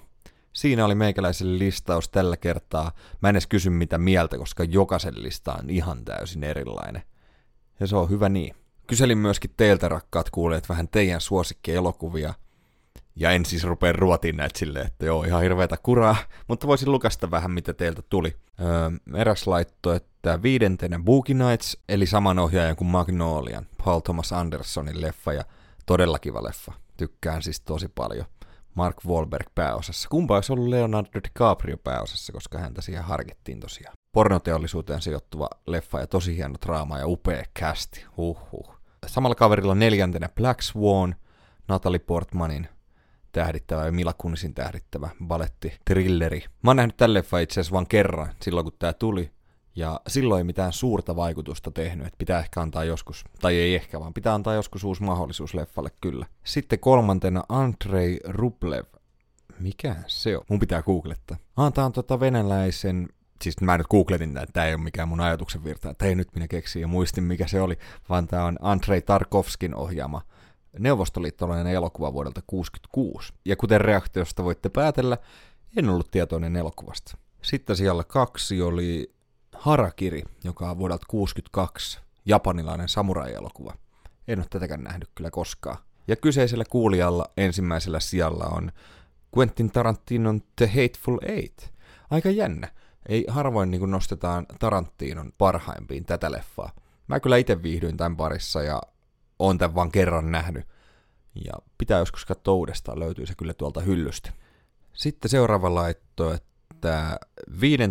Siinä oli meikäläiselle listaus tällä kertaa. Mä en edes kysy mitä mieltä, koska jokaisen lista on ihan täysin erilainen. Ja se on hyvä niin. Kyselin myöskin teiltä, rakkaat kuulijat, vähän teidän suosikkielokuvia. Ja en siis rupea ruotiin näitä silleen, että joo, ihan hirveätä kuraa, mutta voisin lukasta vähän, mitä teiltä tuli. Eräs laittoi, että 5. Boogie Nights, eli saman ohjaajan kuin Magnolian, Paul Thomas Andersonin leffa, ja todella kiva leffa. Tykkään siis tosi paljon. Mark Wahlberg pääosassa. Kumpa olisi ollut Leonardo DiCaprio pääosassa, koska häntä siihen harkittiin tosiaan. Pornoteollisuuteen sijoittuva leffa ja tosi hieno draama ja upea casti. Samalla kaverilla 4. Black Swan, Natalie Portmanin tähdittävä ja Mila Kunisin tähdittävä baletti-trilleri. Mä oon nähnyt tämän leffan itse asiassa vaan kerran silloin, kun tää tuli. Ja silloin ei mitään suurta vaikutusta tehnyt, että pitää ehkä antaa joskus, tai ei ehkä, vaan pitää antaa joskus uusi mahdollisuus leffalle kyllä. Sitten 3. Andrei Rublev. Mikä se on? Mun pitää googlettaa. Tää on venäläisen, siis mä nyt googletin tää, että tää ei ole mikään mun ajatuksen virta, että ei nyt minä keksin ja muistin mikä se oli, vaan tää on Andrei Tarkovskin ohjaama neuvostoliittolainen elokuva vuodelta 1966. Ja kuten reaktiosta voitte päätellä, en ollut tietoinen elokuvasta. Sitten siellä 2 oli Harakiri, joka on vuodelta 1962, japanilainen samurai-elokuva. En ole tätäkään nähnyt kyllä koskaan. Ja kyseisellä kuulijalla ensimmäisellä sijalla on Quentin Tarantinon The Hateful Eight. Aika jännä. Ei harvoin niin nostetaan Tarantinon parhaimpiin tätä leffaa. Mä kyllä itse viihdyin tämän parissa ja oon tämän vaan kerran nähnyt. Ja pitää joskus katsoa uudestaan, löytyy se kyllä tuolta hyllystä. Sitten seuraava laitto, että 5.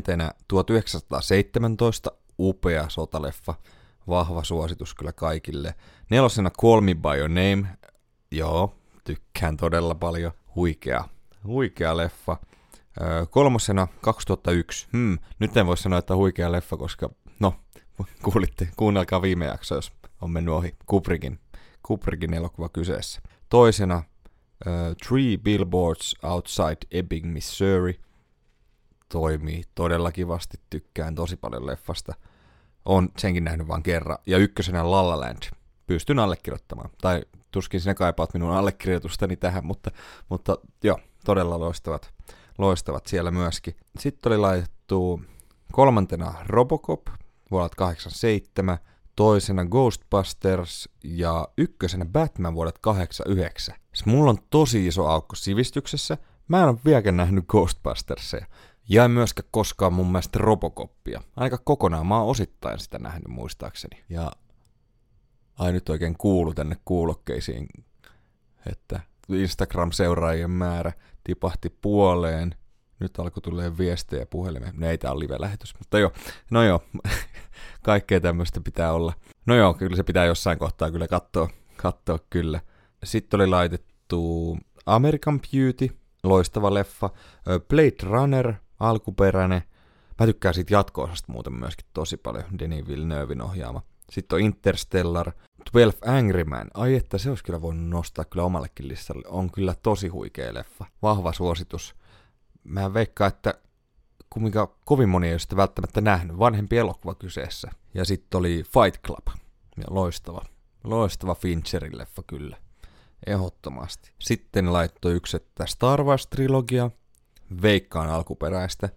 1917, upea sotaleffa, vahva suositus kyllä kaikille. 4. Call Me By Your Name, joo, tykkään todella paljon, huikea leffa. 3. 2001, nyt en voi sanoa, että huikea leffa, koska, no, kuunnelkaa viime jakso, jos on mennyt ohi Kubrickin elokuva kyseessä. 2. 3 Billboards Outside Ebbing, Missouri. Toimii todella kivasti, tykkään tosi paljon leffasta. Oon senkin nähnyt vain kerran. Ja 1. La La Land. Pystyn allekirjoittamaan. Tai tuskin sinä kaipaat minun allekirjoitustani tähän, mutta joo, todella loistavat siellä myöskin. Sitten oli laitettu 3. Robocop vuodelta 87, 2. Ghostbusters ja 1. Batman vuodelta 89. Mulla on tosi iso aukko sivistyksessä. Mä en ole vieläkään nähnyt Ghostbustersia. Ja en myöskään koskaan mun mielestä Robocopia. Aika kokonaan, mä oon osittain sitä nähnyt muistaakseni. Ja nyt oikein kuulu tänne kuulokkeisiin, että Instagram-seuraajien määrä tipahti puoleen. Nyt alkoi tulee viestejä puhelimeen. No ei tää on live-lähetys, mutta joo, kaikkea tämmöistä pitää olla. No joo, kyllä se pitää jossain kohtaa kyllä katsoa kyllä. Sitten oli laitettu American Beauty, loistava leffa. Blade Runner, alkuperäinen. Mä tykkään siitä jatko-osasta muuten myöskin tosi paljon, Denis Villeneuven ohjaama. Sitten on Interstellar, 12 Angry Men. Ai että se olisi kyllä voinut nostaa kyllä omallekin listalle. On kyllä tosi huikea leffa. Vahva suositus. Mä veikkaan, että kumminkaan kovin moni ei ole sitä välttämättä nähnyt. Vanhempi elokuva kyseessä. Ja sitten oli Fight Club. Ja loistava Fincherin leffa kyllä. Ehdottomasti. Sitten laittoi 1, että Star Wars-trilogia. Veikkaan alkuperäistä.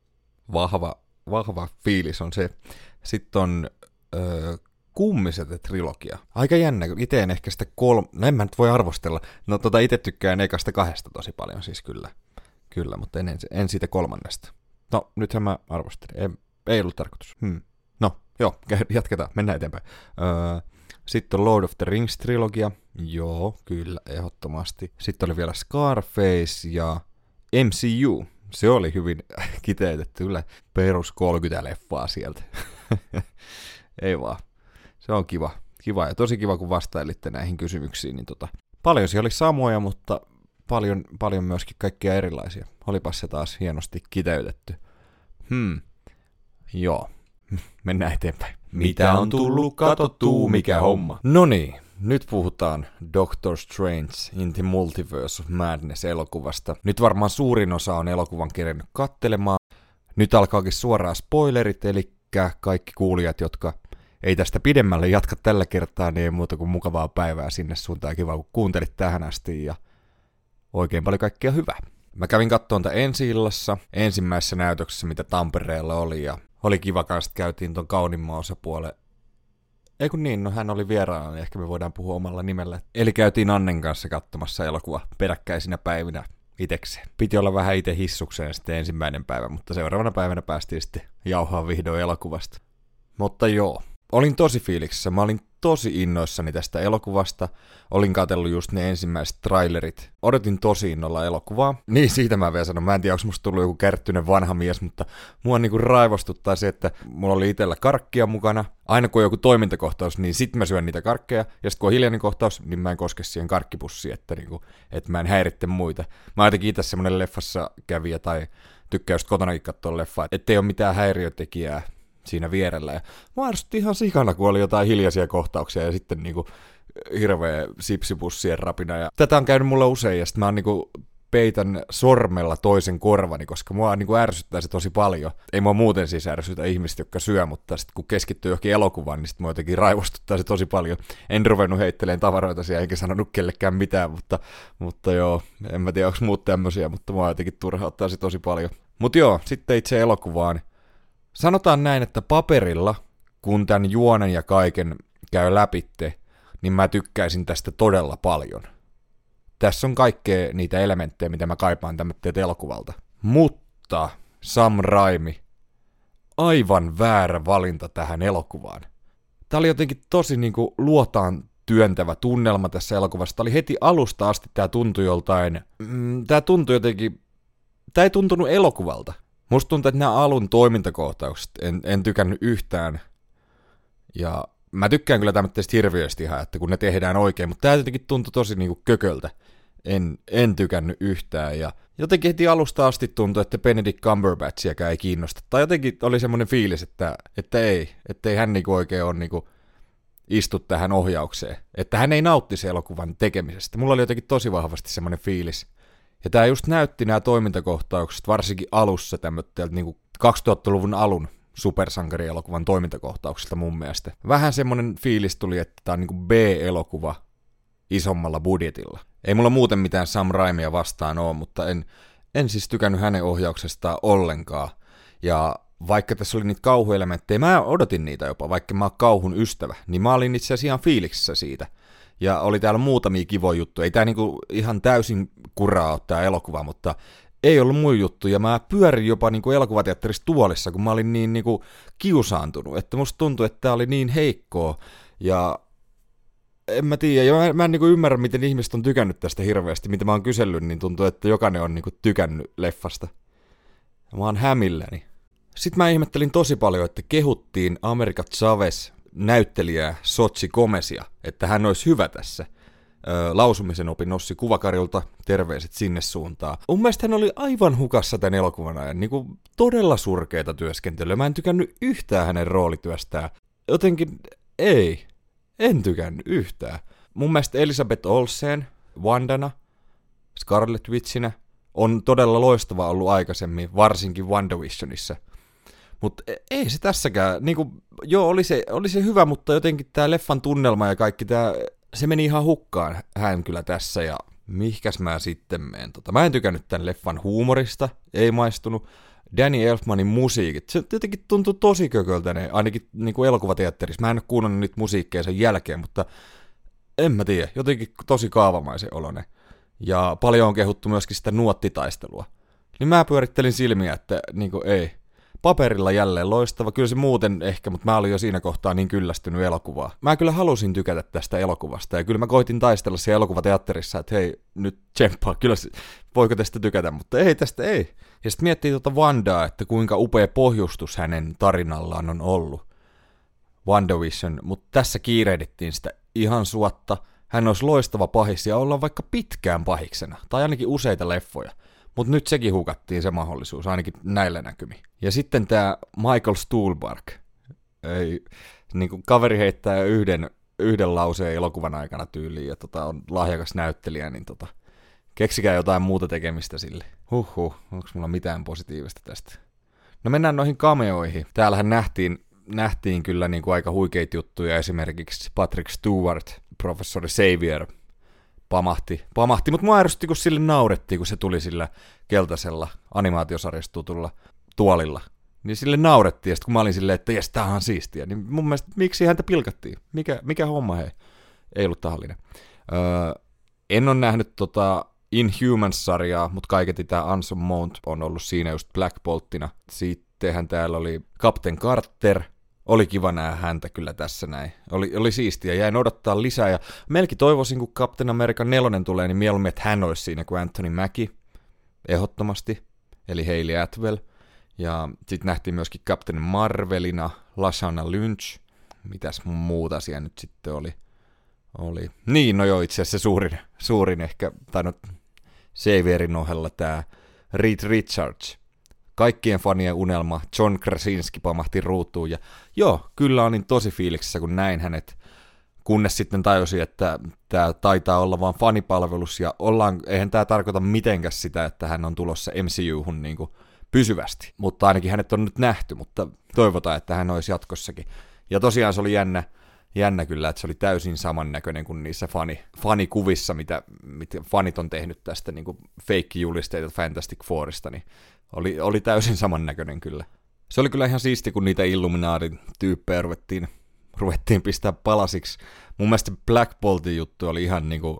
Vahva fiilis on se. Sitten on Kummiset-trilogia. Aika jännä, itse en ehkä sitä no en mä nyt voi arvostella. No itse tykkään ekasta 2 tosi paljon siis kyllä, mutta en siitä 3. No, nythän mä arvostelin. Ei ollut tarkoitus. No, joo, jatketaan, mennään eteenpäin. Sitten on Lord of the Rings-trilogia. Joo, kyllä, ehdottomasti. Sitten oli vielä Scarface ja MCU. Se oli hyvin kiteytetty, kyllä perus 30 leffaa sieltä. Ei vaan. Se on kiva ja tosi kiva, kun vastailitte näihin kysymyksiin. Niin paljon siellä oli samoja, mutta paljon myöskin kaikkia erilaisia. Olipas se taas hienosti kiteytetty. Joo. Mennään eteenpäin. Mitä on tullut katsottua, mikä homma? No niin, nyt puhutaan Doctor Strange in the Multiverse of Madness-elokuvasta. Nyt varmaan suurin osa on elokuvan kerennyt kattelemaan. Nyt alkaakin suoraan spoilerit, eli kaikki kuulijat, jotka ei tästä pidemmälle jatka tällä kertaa, niin ei muuta kuin mukavaa päivää sinne suuntaan. Kiva, kun kuuntelit tähän asti ja oikein paljon kaikkea hyvää. Mä kävin kattoon tämän ensi-illassa, ensimmäisessä näytöksessä, mitä Tampereella oli, ja oli kiva kanssa, että käytiin ton kaunimman osapuolen. Ei kun niin, no hän oli vieraana, niin ehkä me voidaan puhua omalla nimellä. Eli käytiin Annen kanssa katsomassa elokuva peräkkäisinä päivinä itekseen. Piti olla vähän itse hissukseen sitten ensimmäinen päivä, mutta seuraavana päivänä päästiin sitten jauhaa vihdoin elokuvasta. Mutta joo, olin tosi fiiliksissä, mä olin tosi innoissani tästä elokuvasta. Olin katsellut just ne ensimmäiset trailerit. Odotin tosi innolla elokuvaa. Niin, siitä mä vielä sanon. Mä en tiedä, onko musta tullut joku kärttyinen vanha mies, mutta mua niinku raivostuttaa se, että mulla oli itsellä karkkia mukana. Aina kun on joku toimintakohtaus, niin sit mä syön niitä karkkeja. Ja sit kun on hiljainen kohtaus, niin mä en koske siihen karkkipussiin, että mä en häiritte muita. Mä oon jotenkin itse semmonen leffassa kävijä tai tykkää just kotonakin katsoa leffaa, ettei ole mitään häiriötekijää siinä vierellä. Ja mä ärsytti ihan sikana, kun oli jotain hiljaisia kohtauksia ja sitten niinku hirveä sipsipussien rapina. Ja tätä on käynyt mulla usein ja sitten mä niinku peitän sormella toisen korvani, koska mua niinku ärsyttää se tosi paljon. Ei mua muuten siis ärsytä ihmiset, jotka syö, mutta sitten kun keskittyy johonkin elokuvaan, niin sitten mua jotenkin raivostuttaa se tosi paljon. En ruvennut heittelemään tavaroita siellä, enkä sanonut kellekään mitään, mutta joo, en mä tiedä, onko muut tämmöisiä, mutta mua jotenkin turhauttaa se tosi paljon. Mutta joo, sitten itse elokuvaan. Sanotaan näin, että paperilla, kun tämän juonen ja kaiken käy läpitte, niin mä tykkäisin tästä todella paljon. Tässä on kaikkea niitä elementtejä, mitä mä kaipaan tämmöistä elokuvalta. Mutta Sam Raimi, aivan väärä valinta tähän elokuvaan. Tää oli jotenkin tosi niinku luotaan työntävä tunnelma tässä elokuvassa. Tää oli heti alusta asti, tää tuntui joltain. Tää tuntui jotenkin. Tää ei tuntunut elokuvalta. Musta tuntuu, että nämä alun toimintakohtaukset en tykännyt yhtään. Ja mä tykkään kyllä tämmöistä hirviöistä ihan, että kun ne tehdään oikein, mutta tää jotenkin tuntui tosi niinku kököltä. En tykännyt yhtään. Ja jotenkin heti alusta asti tuntui, että Benedict Cumberbatchiäkään ei kiinnosta. Tai jotenkin oli semmoinen fiilis, että ei hän niinku oikein ole niinku istu tähän ohjaukseen. Että hän ei nauttisi elokuvan tekemisestä. Mulla oli jotenkin tosi vahvasti semmoinen fiilis. Ja tää just näytti nämä toimintakohtaukset, varsinkin alussa tämmöiltä niinku 2000-luvun alun supersankarielokuvan toimintakohtauksista mun mielestä. Vähän semmonen fiilis tuli, että tää on niinku B-elokuva isommalla budjetilla. Ei mulla muuten mitään Sam Raimia vastaan oo, mutta en siis tykännyt hänen ohjauksestaan ollenkaan. Ja vaikka tässä oli niitä kauhuelementtejä, mä odotin niitä jopa, vaikka mä oon kauhun ystävä, niin mä olin itse asiassa ihan fiiliksissä siitä. Ja oli täällä muutamia kivoja juttuja. Ei tää niinku ihan täysin kuraa ole tää elokuva, mutta ei ollut mun juttu. Ja mä pyörin jopa niinku elokuvateatterissa tuolissa, kun mä olin niin niinku kiusaantunut. Että musta tuntui, että tää oli niin heikkoa. Ja en mä tiedä. Ja mä en niinku ymmärrä, miten ihmiset on tykännyt tästä hirveästi. Mitä mä oon kysellyt, niin tuntuu, että jokainen on niinku tykännyt leffasta. Ja mä oon hämilläni. Sitten mä ihmettelin tosi paljon, että kehuttiin America Chavez näyttelijää Sochi Gomesia, että hän olisi hyvä tässä. Lausumisen opin Ossi Kuvakarjulta, terveiset sinne suuntaan. Mun mielestä hän oli aivan hukassa tämän elokuvan ajan, niin kuin todella surkeita työskentelyä. Mä en tykännyt yhtään hänen roolityöstään. Jotenkin en tykännyt yhtään. Mun mielestä Elisabeth Olsen, Wandana, Scarlet Witchinä, on todella loistava ollut aikaisemmin, varsinkin WandaVisionissa. Mutta ei se tässäkään, niinku, joo oli se hyvä, mutta jotenkin tää leffan tunnelma ja kaikki se meni ihan hukkaan hän kyllä tässä ja mihkäs mä sitten menen. Mä en tykännyt tän leffan huumorista, ei maistunut. Danny Elfmanin musiikit, se jotenkin tuntui tosi kököltä ne, ainakin niinku elokuvateatterissa. Mä en ole kuunnellut niitä musiikkeja sen jälkeen, mutta en mä tiedä, jotenkin tosi kaavamaisen oloinen. Ja paljon on kehuttu myöskin sitä nuottitaistelua. Niin mä pyörittelin silmiä, että niinku ei. Paperilla jälleen loistava, kyllä se muuten ehkä, mutta mä olin jo siinä kohtaa niin kyllästynyt elokuvaa. Mä kyllä halusin tykätä tästä elokuvasta ja kyllä mä koitin taistella siellä elokuvateatterissa, että hei, nyt tsemppaa, kyllä voiko tästä tykätä, mutta ei tästä ei. Ja sitten miettii Wandaa, että kuinka upea pohjustus hänen tarinallaan on ollut. WandaVision, mutta tässä kiirehdittiin sitä ihan suotta. Hän olisi loistava pahis ja olla vaikka pitkään pahiksena, tai ainakin useita leffoja. Mutta nyt sekin hukattiin se mahdollisuus, ainakin näillä näkymin. Ja sitten tämä Michael Stuhlbarg. Niin kuin kaveri heittää yhden lauseen elokuvan aikana tyyliin ja on lahjakas näyttelijä, niin keksikää jotain muuta tekemistä sille. Onko mulla mitään positiivista tästä? No mennään noihin cameoihin. Täällähän nähtiin kyllä niin kuin aika huikeita juttuja, esimerkiksi Patrick Stewart, professori Xavier, pamahti, mutta mua ärsytti, kun sille naurettiin, kun se tuli sillä keltaisella animaatiosarjasta tutulla tuolilla. Niin sille naurettiin, ja sitten kun mä olin silleen, että jes, tämähän on siistiä, niin mun mielestä miksi häntä pilkattiin? Mikä homma hei? Ei ollut tahallinen. En ole nähnyt Inhumans-sarjaa, mutta kaiketi tämä Anson Mount on ollut siinä just Black Bolttina. Sittenhän täällä oli Captain Carter. Oli kiva nähdä häntä kyllä tässä näin. Oli siistiä. Jäin odottaa lisää ja melkein toivoisin, kun Captain America 4 tulee, niin mieluummin, että hän olisi siinä kuin Anthony Mackie. Ehdottomasti. Eli Hayley Atwell. Ja sitten nähtiin myöskin Captain Marvelina, Lashana Lynch. Mitäs muuta siellä nyt sitten oli? Niin, no joo, itse asiassa se suurin ehkä, tai no Xavierin ohella tämä Reed Richards. Kaikkien fanien unelma, John Krasinski pamahti ruutuun, ja joo, kyllä olin tosi fiiliksissä, kun näin hänet, kunnes sitten tajusin, että tämä taitaa olla vaan fanipalvelus, ja eihän tämä tarkoita mitenkäs sitä, että hän on tulossa MCU-hun niin kuin pysyvästi, mutta ainakin hänet on nyt nähty, mutta toivotaan, että hän olisi jatkossakin. Ja tosiaan se oli jännä kyllä, että se oli täysin samannäköinen kuin niissä fanikuvissa, mitä fanit on tehnyt tästä niin kuin fake-julisteita Fantastic Fourista, niin oli täysin samannäköinen kyllä. Se oli kyllä ihan siisti, kun niitä Illuminati-tyyppejä ruvettiin pistää palasiksi. Mun mielestä Black Boltin juttu oli ihan niinku,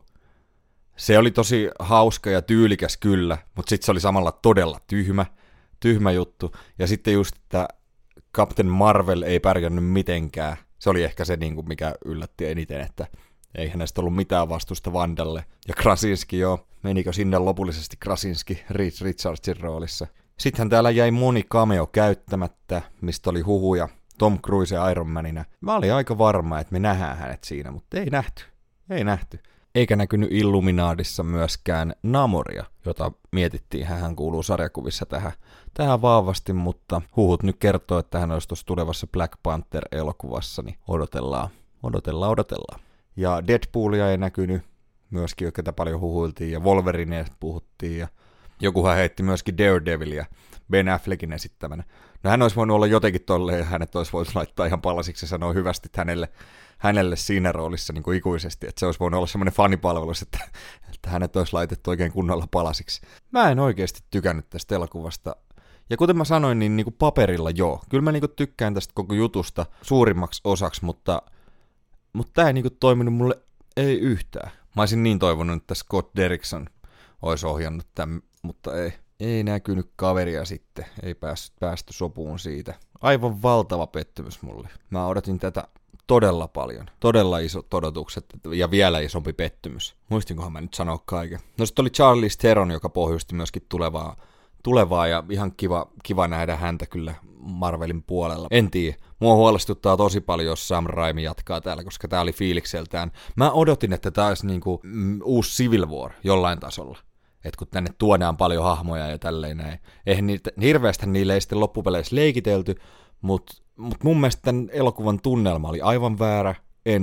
se oli tosi hauska ja tyylikäs kyllä, mutta sitten se oli samalla todella tyhmä juttu. Ja sitten just, että Captain Marvel ei pärjännyt mitenkään. Se oli ehkä se, niinku, mikä yllätti eniten, että ei hänestä ollut mitään vastusta Vandalle. Ja Krasinski joo, menikö sinne lopullisesti Krasinski Reed Richardsin roolissa. Sittenhän täällä jäi moni cameo käyttämättä, mistä oli huhuja Tom Cruise Iron Manina. Mä olin aika varma, että me nähdään hänet siinä, mutta ei nähty. Eikä näkynyt Illuminaadissa myöskään Namoria, jota mietittiin, hän kuuluu sarjakuvissa tähän vahvasti, mutta huhut nyt kertoo, että hän olisi tuossa tulevassa Black Panther-elokuvassa, niin odotellaan. Ja Deadpoolia ei näkynyt myöskin, ketä paljon huhuiltiin, ja Wolverinea puhuttiin, ja jokuhan heitti myöskin Daredevilia Ben Affleckin esittämänä. No hän olisi voinut olla jotenkin tolleen, ja hänet olisi voinut laittaa ihan palasiksi ja sanoa hyvästi hänelle siinä roolissa niin kuin ikuisesti, että se olisi voinut olla semmoinen fanipalvelus, että hänet olisi laitettu oikein kunnolla palasiksi. Mä en oikeasti tykännyt tästä elokuvasta. Ja kuten mä sanoin, niin kuin paperilla joo. Kyllä mä niin kuin tykkään tästä koko jutusta suurimmaksi osaksi, mutta tää ei niin kuin toiminut mulle ei yhtään. Mä olisin niin toivonut, että Scott Derrickson olisi ohjannut tämän, mutta ei näkynyt kaveria sitten. Ei päästy sopuun siitä. Aivan valtava pettymys mulle. Mä odotin tätä todella paljon. Todella isot odotukset ja vielä isompi pettymys. Muistinkohan mä nyt sanoa kaiken. No sitten oli Charlize Theron, joka pohjusti myöskin tulevaa ja ihan kiva nähdä häntä kyllä Marvelin puolella. En tiedä. Mua huolestuttaa tosi paljon, jos Sam Raimi jatkaa täällä, koska tää oli fiilikseltään. Mä odotin, että tää olisi niinku uusi Civil War jollain tasolla. Että kun tänne tuodaan paljon hahmoja ja tälleen näin. Eihän hirveästi niille ei sitten loppupeleissä leikitelty, mutta mun mielestä tämän elokuvan tunnelma oli aivan väärä.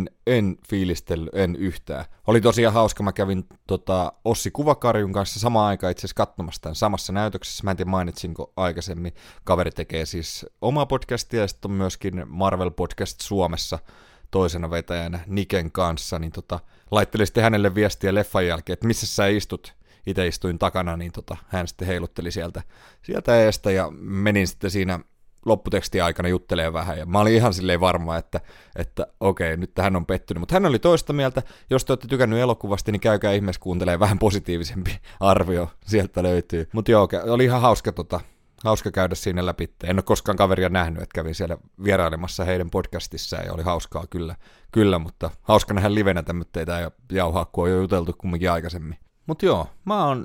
En fiilistellyt, en yhtään. Oli tosiaan hauska, mä kävin Ossi Kuvakarjun kanssa samaan aikaan itse asiassa katsomassa tämän samassa näytöksessä. Mä en tiedä mainitsinko aikaisemmin. Kaveri tekee siis omaa podcastia ja sitten on myöskin Marvel Podcast Suomessa toisena vetäjänä Niken kanssa. Niin laittelin sitten hänelle viestiä leffan jälkeen, että missä sä istut. Itse istuin takana, niin hän sitten heilutteli sieltä eestä ja menin sitten siinä lopputekstin aikana juttelee vähän, ja mä olin ihan silleen varma, että okei, nyt hän on pettynyt, mutta hän oli toista mieltä. Jos te olette tykännyt elokuvasta, niin käykää ihmeessä kuuntelemaan vähän positiivisempi arvio, sieltä löytyy. Mutta joo, oli ihan hauska käydä siinä läpi. En ole koskaan kaveria nähnyt, että kävin siellä vierailemassa heidän podcastissaan, ja oli hauskaa kyllä, mutta hauska nähdä livenä tämmöitä ja jauhaa, kun on jo juteltu kumminkin aikaisemmin. Mutta joo, mä oon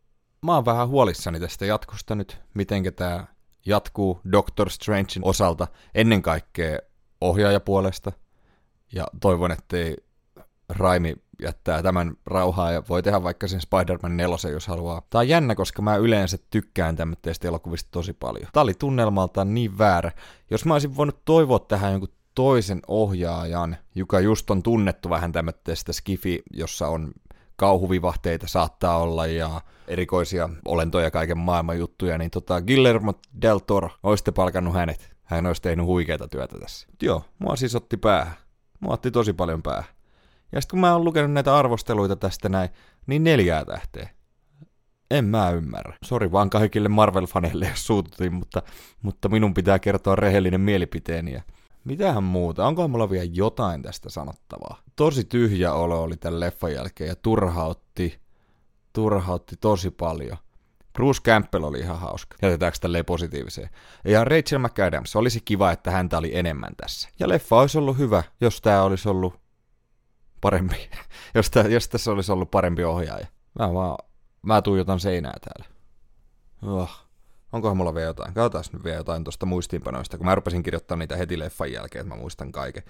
vähän huolissani tästä jatkosta nyt, mitenkä tää jatkuu Doctor Strangein osalta ennen kaikkea ohjaajapuolesta, ja toivon, ettei Raimi jättää tämän rauhaa ja voi tehdä vaikka sen Spider-Man 4, jos haluaa. Tää on jännä, koska mä yleensä tykkään tämmöistä elokuvista tosi paljon. Tää oli tunnelmaltaan niin väärä. Jos mä olisin voinut toivoa tähän jonkun toisen ohjaajan, joka just on tunnettu vähän tämmöistä skifi, jossa on kauhuvivahteita saattaa olla ja erikoisia olentoja kaiken maailman juttuja, niin Guillermo del Toro, olisitte palkannut hänet. Hän olisi tehnyt huikeata työtä tässä. Joo, mua siis otti päähän. Mua otti tosi paljon päähän. Ja sitten kun mä oon lukenut näitä arvosteluita tästä näin, niin 4 tähteä. En mä ymmärrä. Sori vaan kaikille Marvel-faneille, jos suututin, mutta minun pitää kertoa rehellinen mielipiteeni. Ja mitähän muuta? Onkohan mulla vielä jotain tästä sanottavaa? Tosi tyhjä olo oli tämän leffan jälkeen ja turhautti tosi paljon. Bruce Campbell oli ihan hauska. Jätetäänkö tälleen positiiviseen? Ja Rachel McAdams, olisi kiva, että häntä oli enemmän tässä. Ja leffa olisi ollut hyvä, jos tää olisi ollut parempi. jos tässä olisi ollut parempi ohjaaja. Mä tuijotan seinää täällä. Onkohan mulla vielä jotain? Katsotaan nyt vielä jotain tuosta muistiinpanoista, kun mä rupesin kirjoittamaan niitä heti leffan jälkeen, että mä muistan kaiken.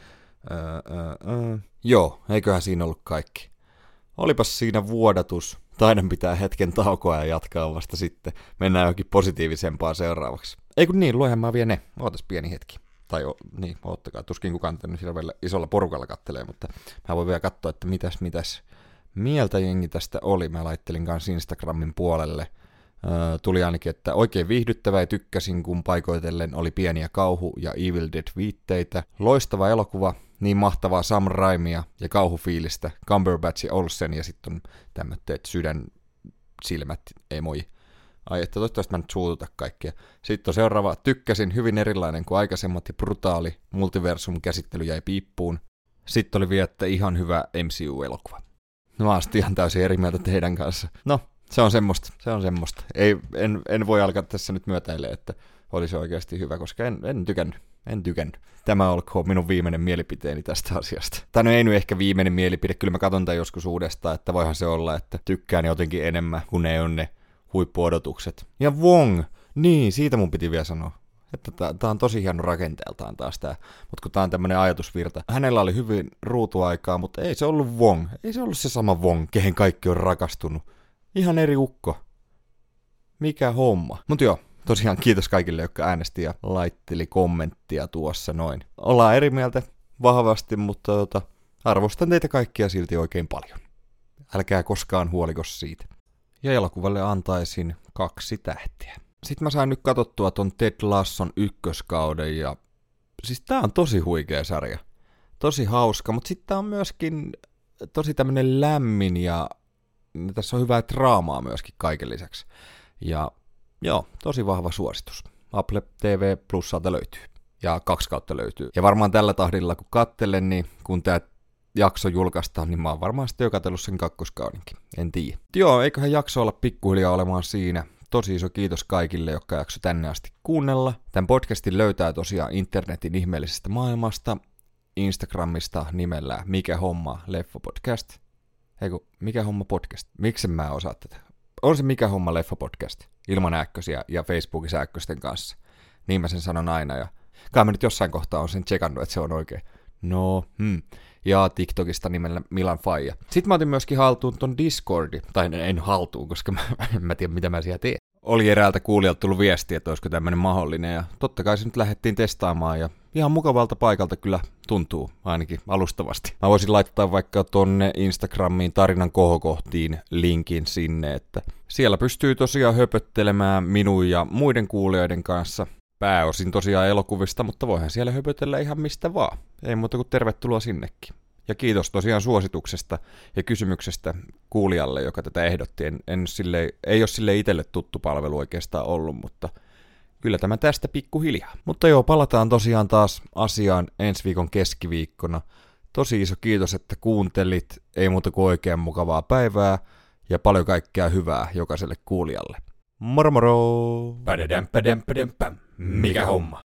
Joo, eiköhän siinä ollut kaikki. Olipas siinä vuodatus. Taidan pitää hetken taukoa ja jatkaa vasta sitten. Mennään johonkin positiivisempaa seuraavaksi. Ei kun niin, luehan mä vielä ne. Ootas pieni hetki. Tai niin, oottakaa. Tuskin kukaan tänne hirveellä isolla porukalla kattelee, mutta mä voin vielä katsoa, että mitäs mieltä jengi tästä oli. Mä laittelin kanssa Instagramin puolelle. Tuli ainakin, että oikein viihdyttävä ja tykkäsin, kun paikoitellen oli pieniä kauhu- ja Evil Dead-viitteitä. Loistava elokuva, niin mahtavaa Sam Raimia ja kauhufiilistä, Cumberbatch ja Olsen ja sitten on tämmöiset sydänsilmät emoji. Ai, että toivottavasti mä nyt suututa kaikkia. Sitten on seuraava, tykkäsin, hyvin erilainen kuin aikaisemmat ja brutaali, multiversum-käsittely jäi piippuun. Sitten oli vielä, että ihan hyvä MCU-elokuva. No mä oon ihan täysin eri mieltä teidän kanssa. No, se on semmoista. En voi alkaa tässä nyt myötäilemään, että olisi oikeasti hyvä, koska en tykännyt. Tämä olkoon minun viimeinen mielipiteeni tästä asiasta. Tai no ei nyt ehkä viimeinen mielipide, kyllä mä katson tämän joskus uudestaan, että voihan se olla, että tykkään jotenkin enemmän, kun ne on ne huippuodotukset. Ja Wong, niin siitä mun piti vielä sanoa. Että tää on tosi hieno rakenteeltaan taas tää, mutta kun tää on tämmönen ajatusvirta. Hänellä oli hyvin ruutuaikaa, mutta ei se ollut Wong. Ei se ollut se sama Wong, kehen kaikki on rakastunut. Ihan eri ukko. Mikä homma. Mut joo, tosiaan kiitos kaikille, jotka äänesti ja laitteli kommenttia tuossa noin. Ollaan eri mieltä vahvasti, mutta arvostan teitä kaikkia silti oikein paljon. Älkää koskaan huoliko siitä. Ja elokuvalle antaisin 2 tähteä. Sitten mä sain nyt katsottua ton Ted Lasson ykköskauden ja siis tää on tosi huikea sarja. Tosi hauska, mutta sitten tää on myöskin tosi tämmönen lämmin ja tässä on hyvää draamaa myöskin kaiken lisäksi. Ja joo, tosi vahva suositus. Apple TV Plusalta löytyy. Ja 2 kautta löytyy. Ja varmaan tällä tahdilla kun katselen, niin kun tää jakso julkaistaan, niin mä oon varmaan sitten jo katsellut sen 2. kaudenkin. En tiedä. Joo, eiköhän jakso olla pikkuhiljaa olemaan siinä. Tosi iso kiitos kaikille, jotka jakso tänne asti kuunnella. Tämän podcastin löytää tosiaan internetin ihmeellisestä maailmasta, Instagramista nimellä Mikä homma leffa podcast. Eiku, Mikä homma podcast? Miksen mä osaa tätä? On se Mikä homma leffa podcast, ilman ääkkösiä ja Facebookissa ääkkösten kanssa. Niin mä sen sanon aina ja kai mä nyt jossain kohtaa on sen tsekannut, että se on oikein. Ja TikTokista nimellä Milan Faija. Sitten mä otin myöskin haltuun ton Discordi, tai en haltuun, koska en mä tiedä mitä mä siellä teen. Oli eräältä kuulijalta tullut viesti, että olisiko tämmönen mahdollinen, ja totta kai se nyt lähdettiin testaamaan, ja ihan mukavalta paikalta kyllä tuntuu, ainakin alustavasti. Mä voisin laittaa vaikka tonne Instagramiin tarinan kohokohtiin linkin sinne, että siellä pystyy tosiaan höpöttelemään minun ja muiden kuulijoiden kanssa. Pääosin tosiaan elokuvista, mutta voihan siellä höpötellä ihan mistä vaan. Ei muuta kuin tervetuloa sinnekin. Ja kiitos tosiaan suosituksesta ja kysymyksestä kuulijalle, joka tätä ehdotti. Ei ole sille itselle tuttu palvelu oikeastaan ollut, mutta kyllä tämä tästä pikkuhiljaa. Mutta joo, palataan tosiaan taas asiaan ensi viikon keskiviikkona. Tosi iso kiitos, että kuuntelit. Ei muuta kuin oikein mukavaa päivää ja paljon kaikkea hyvää jokaiselle kuulijalle. Moro moro! Mikä homma?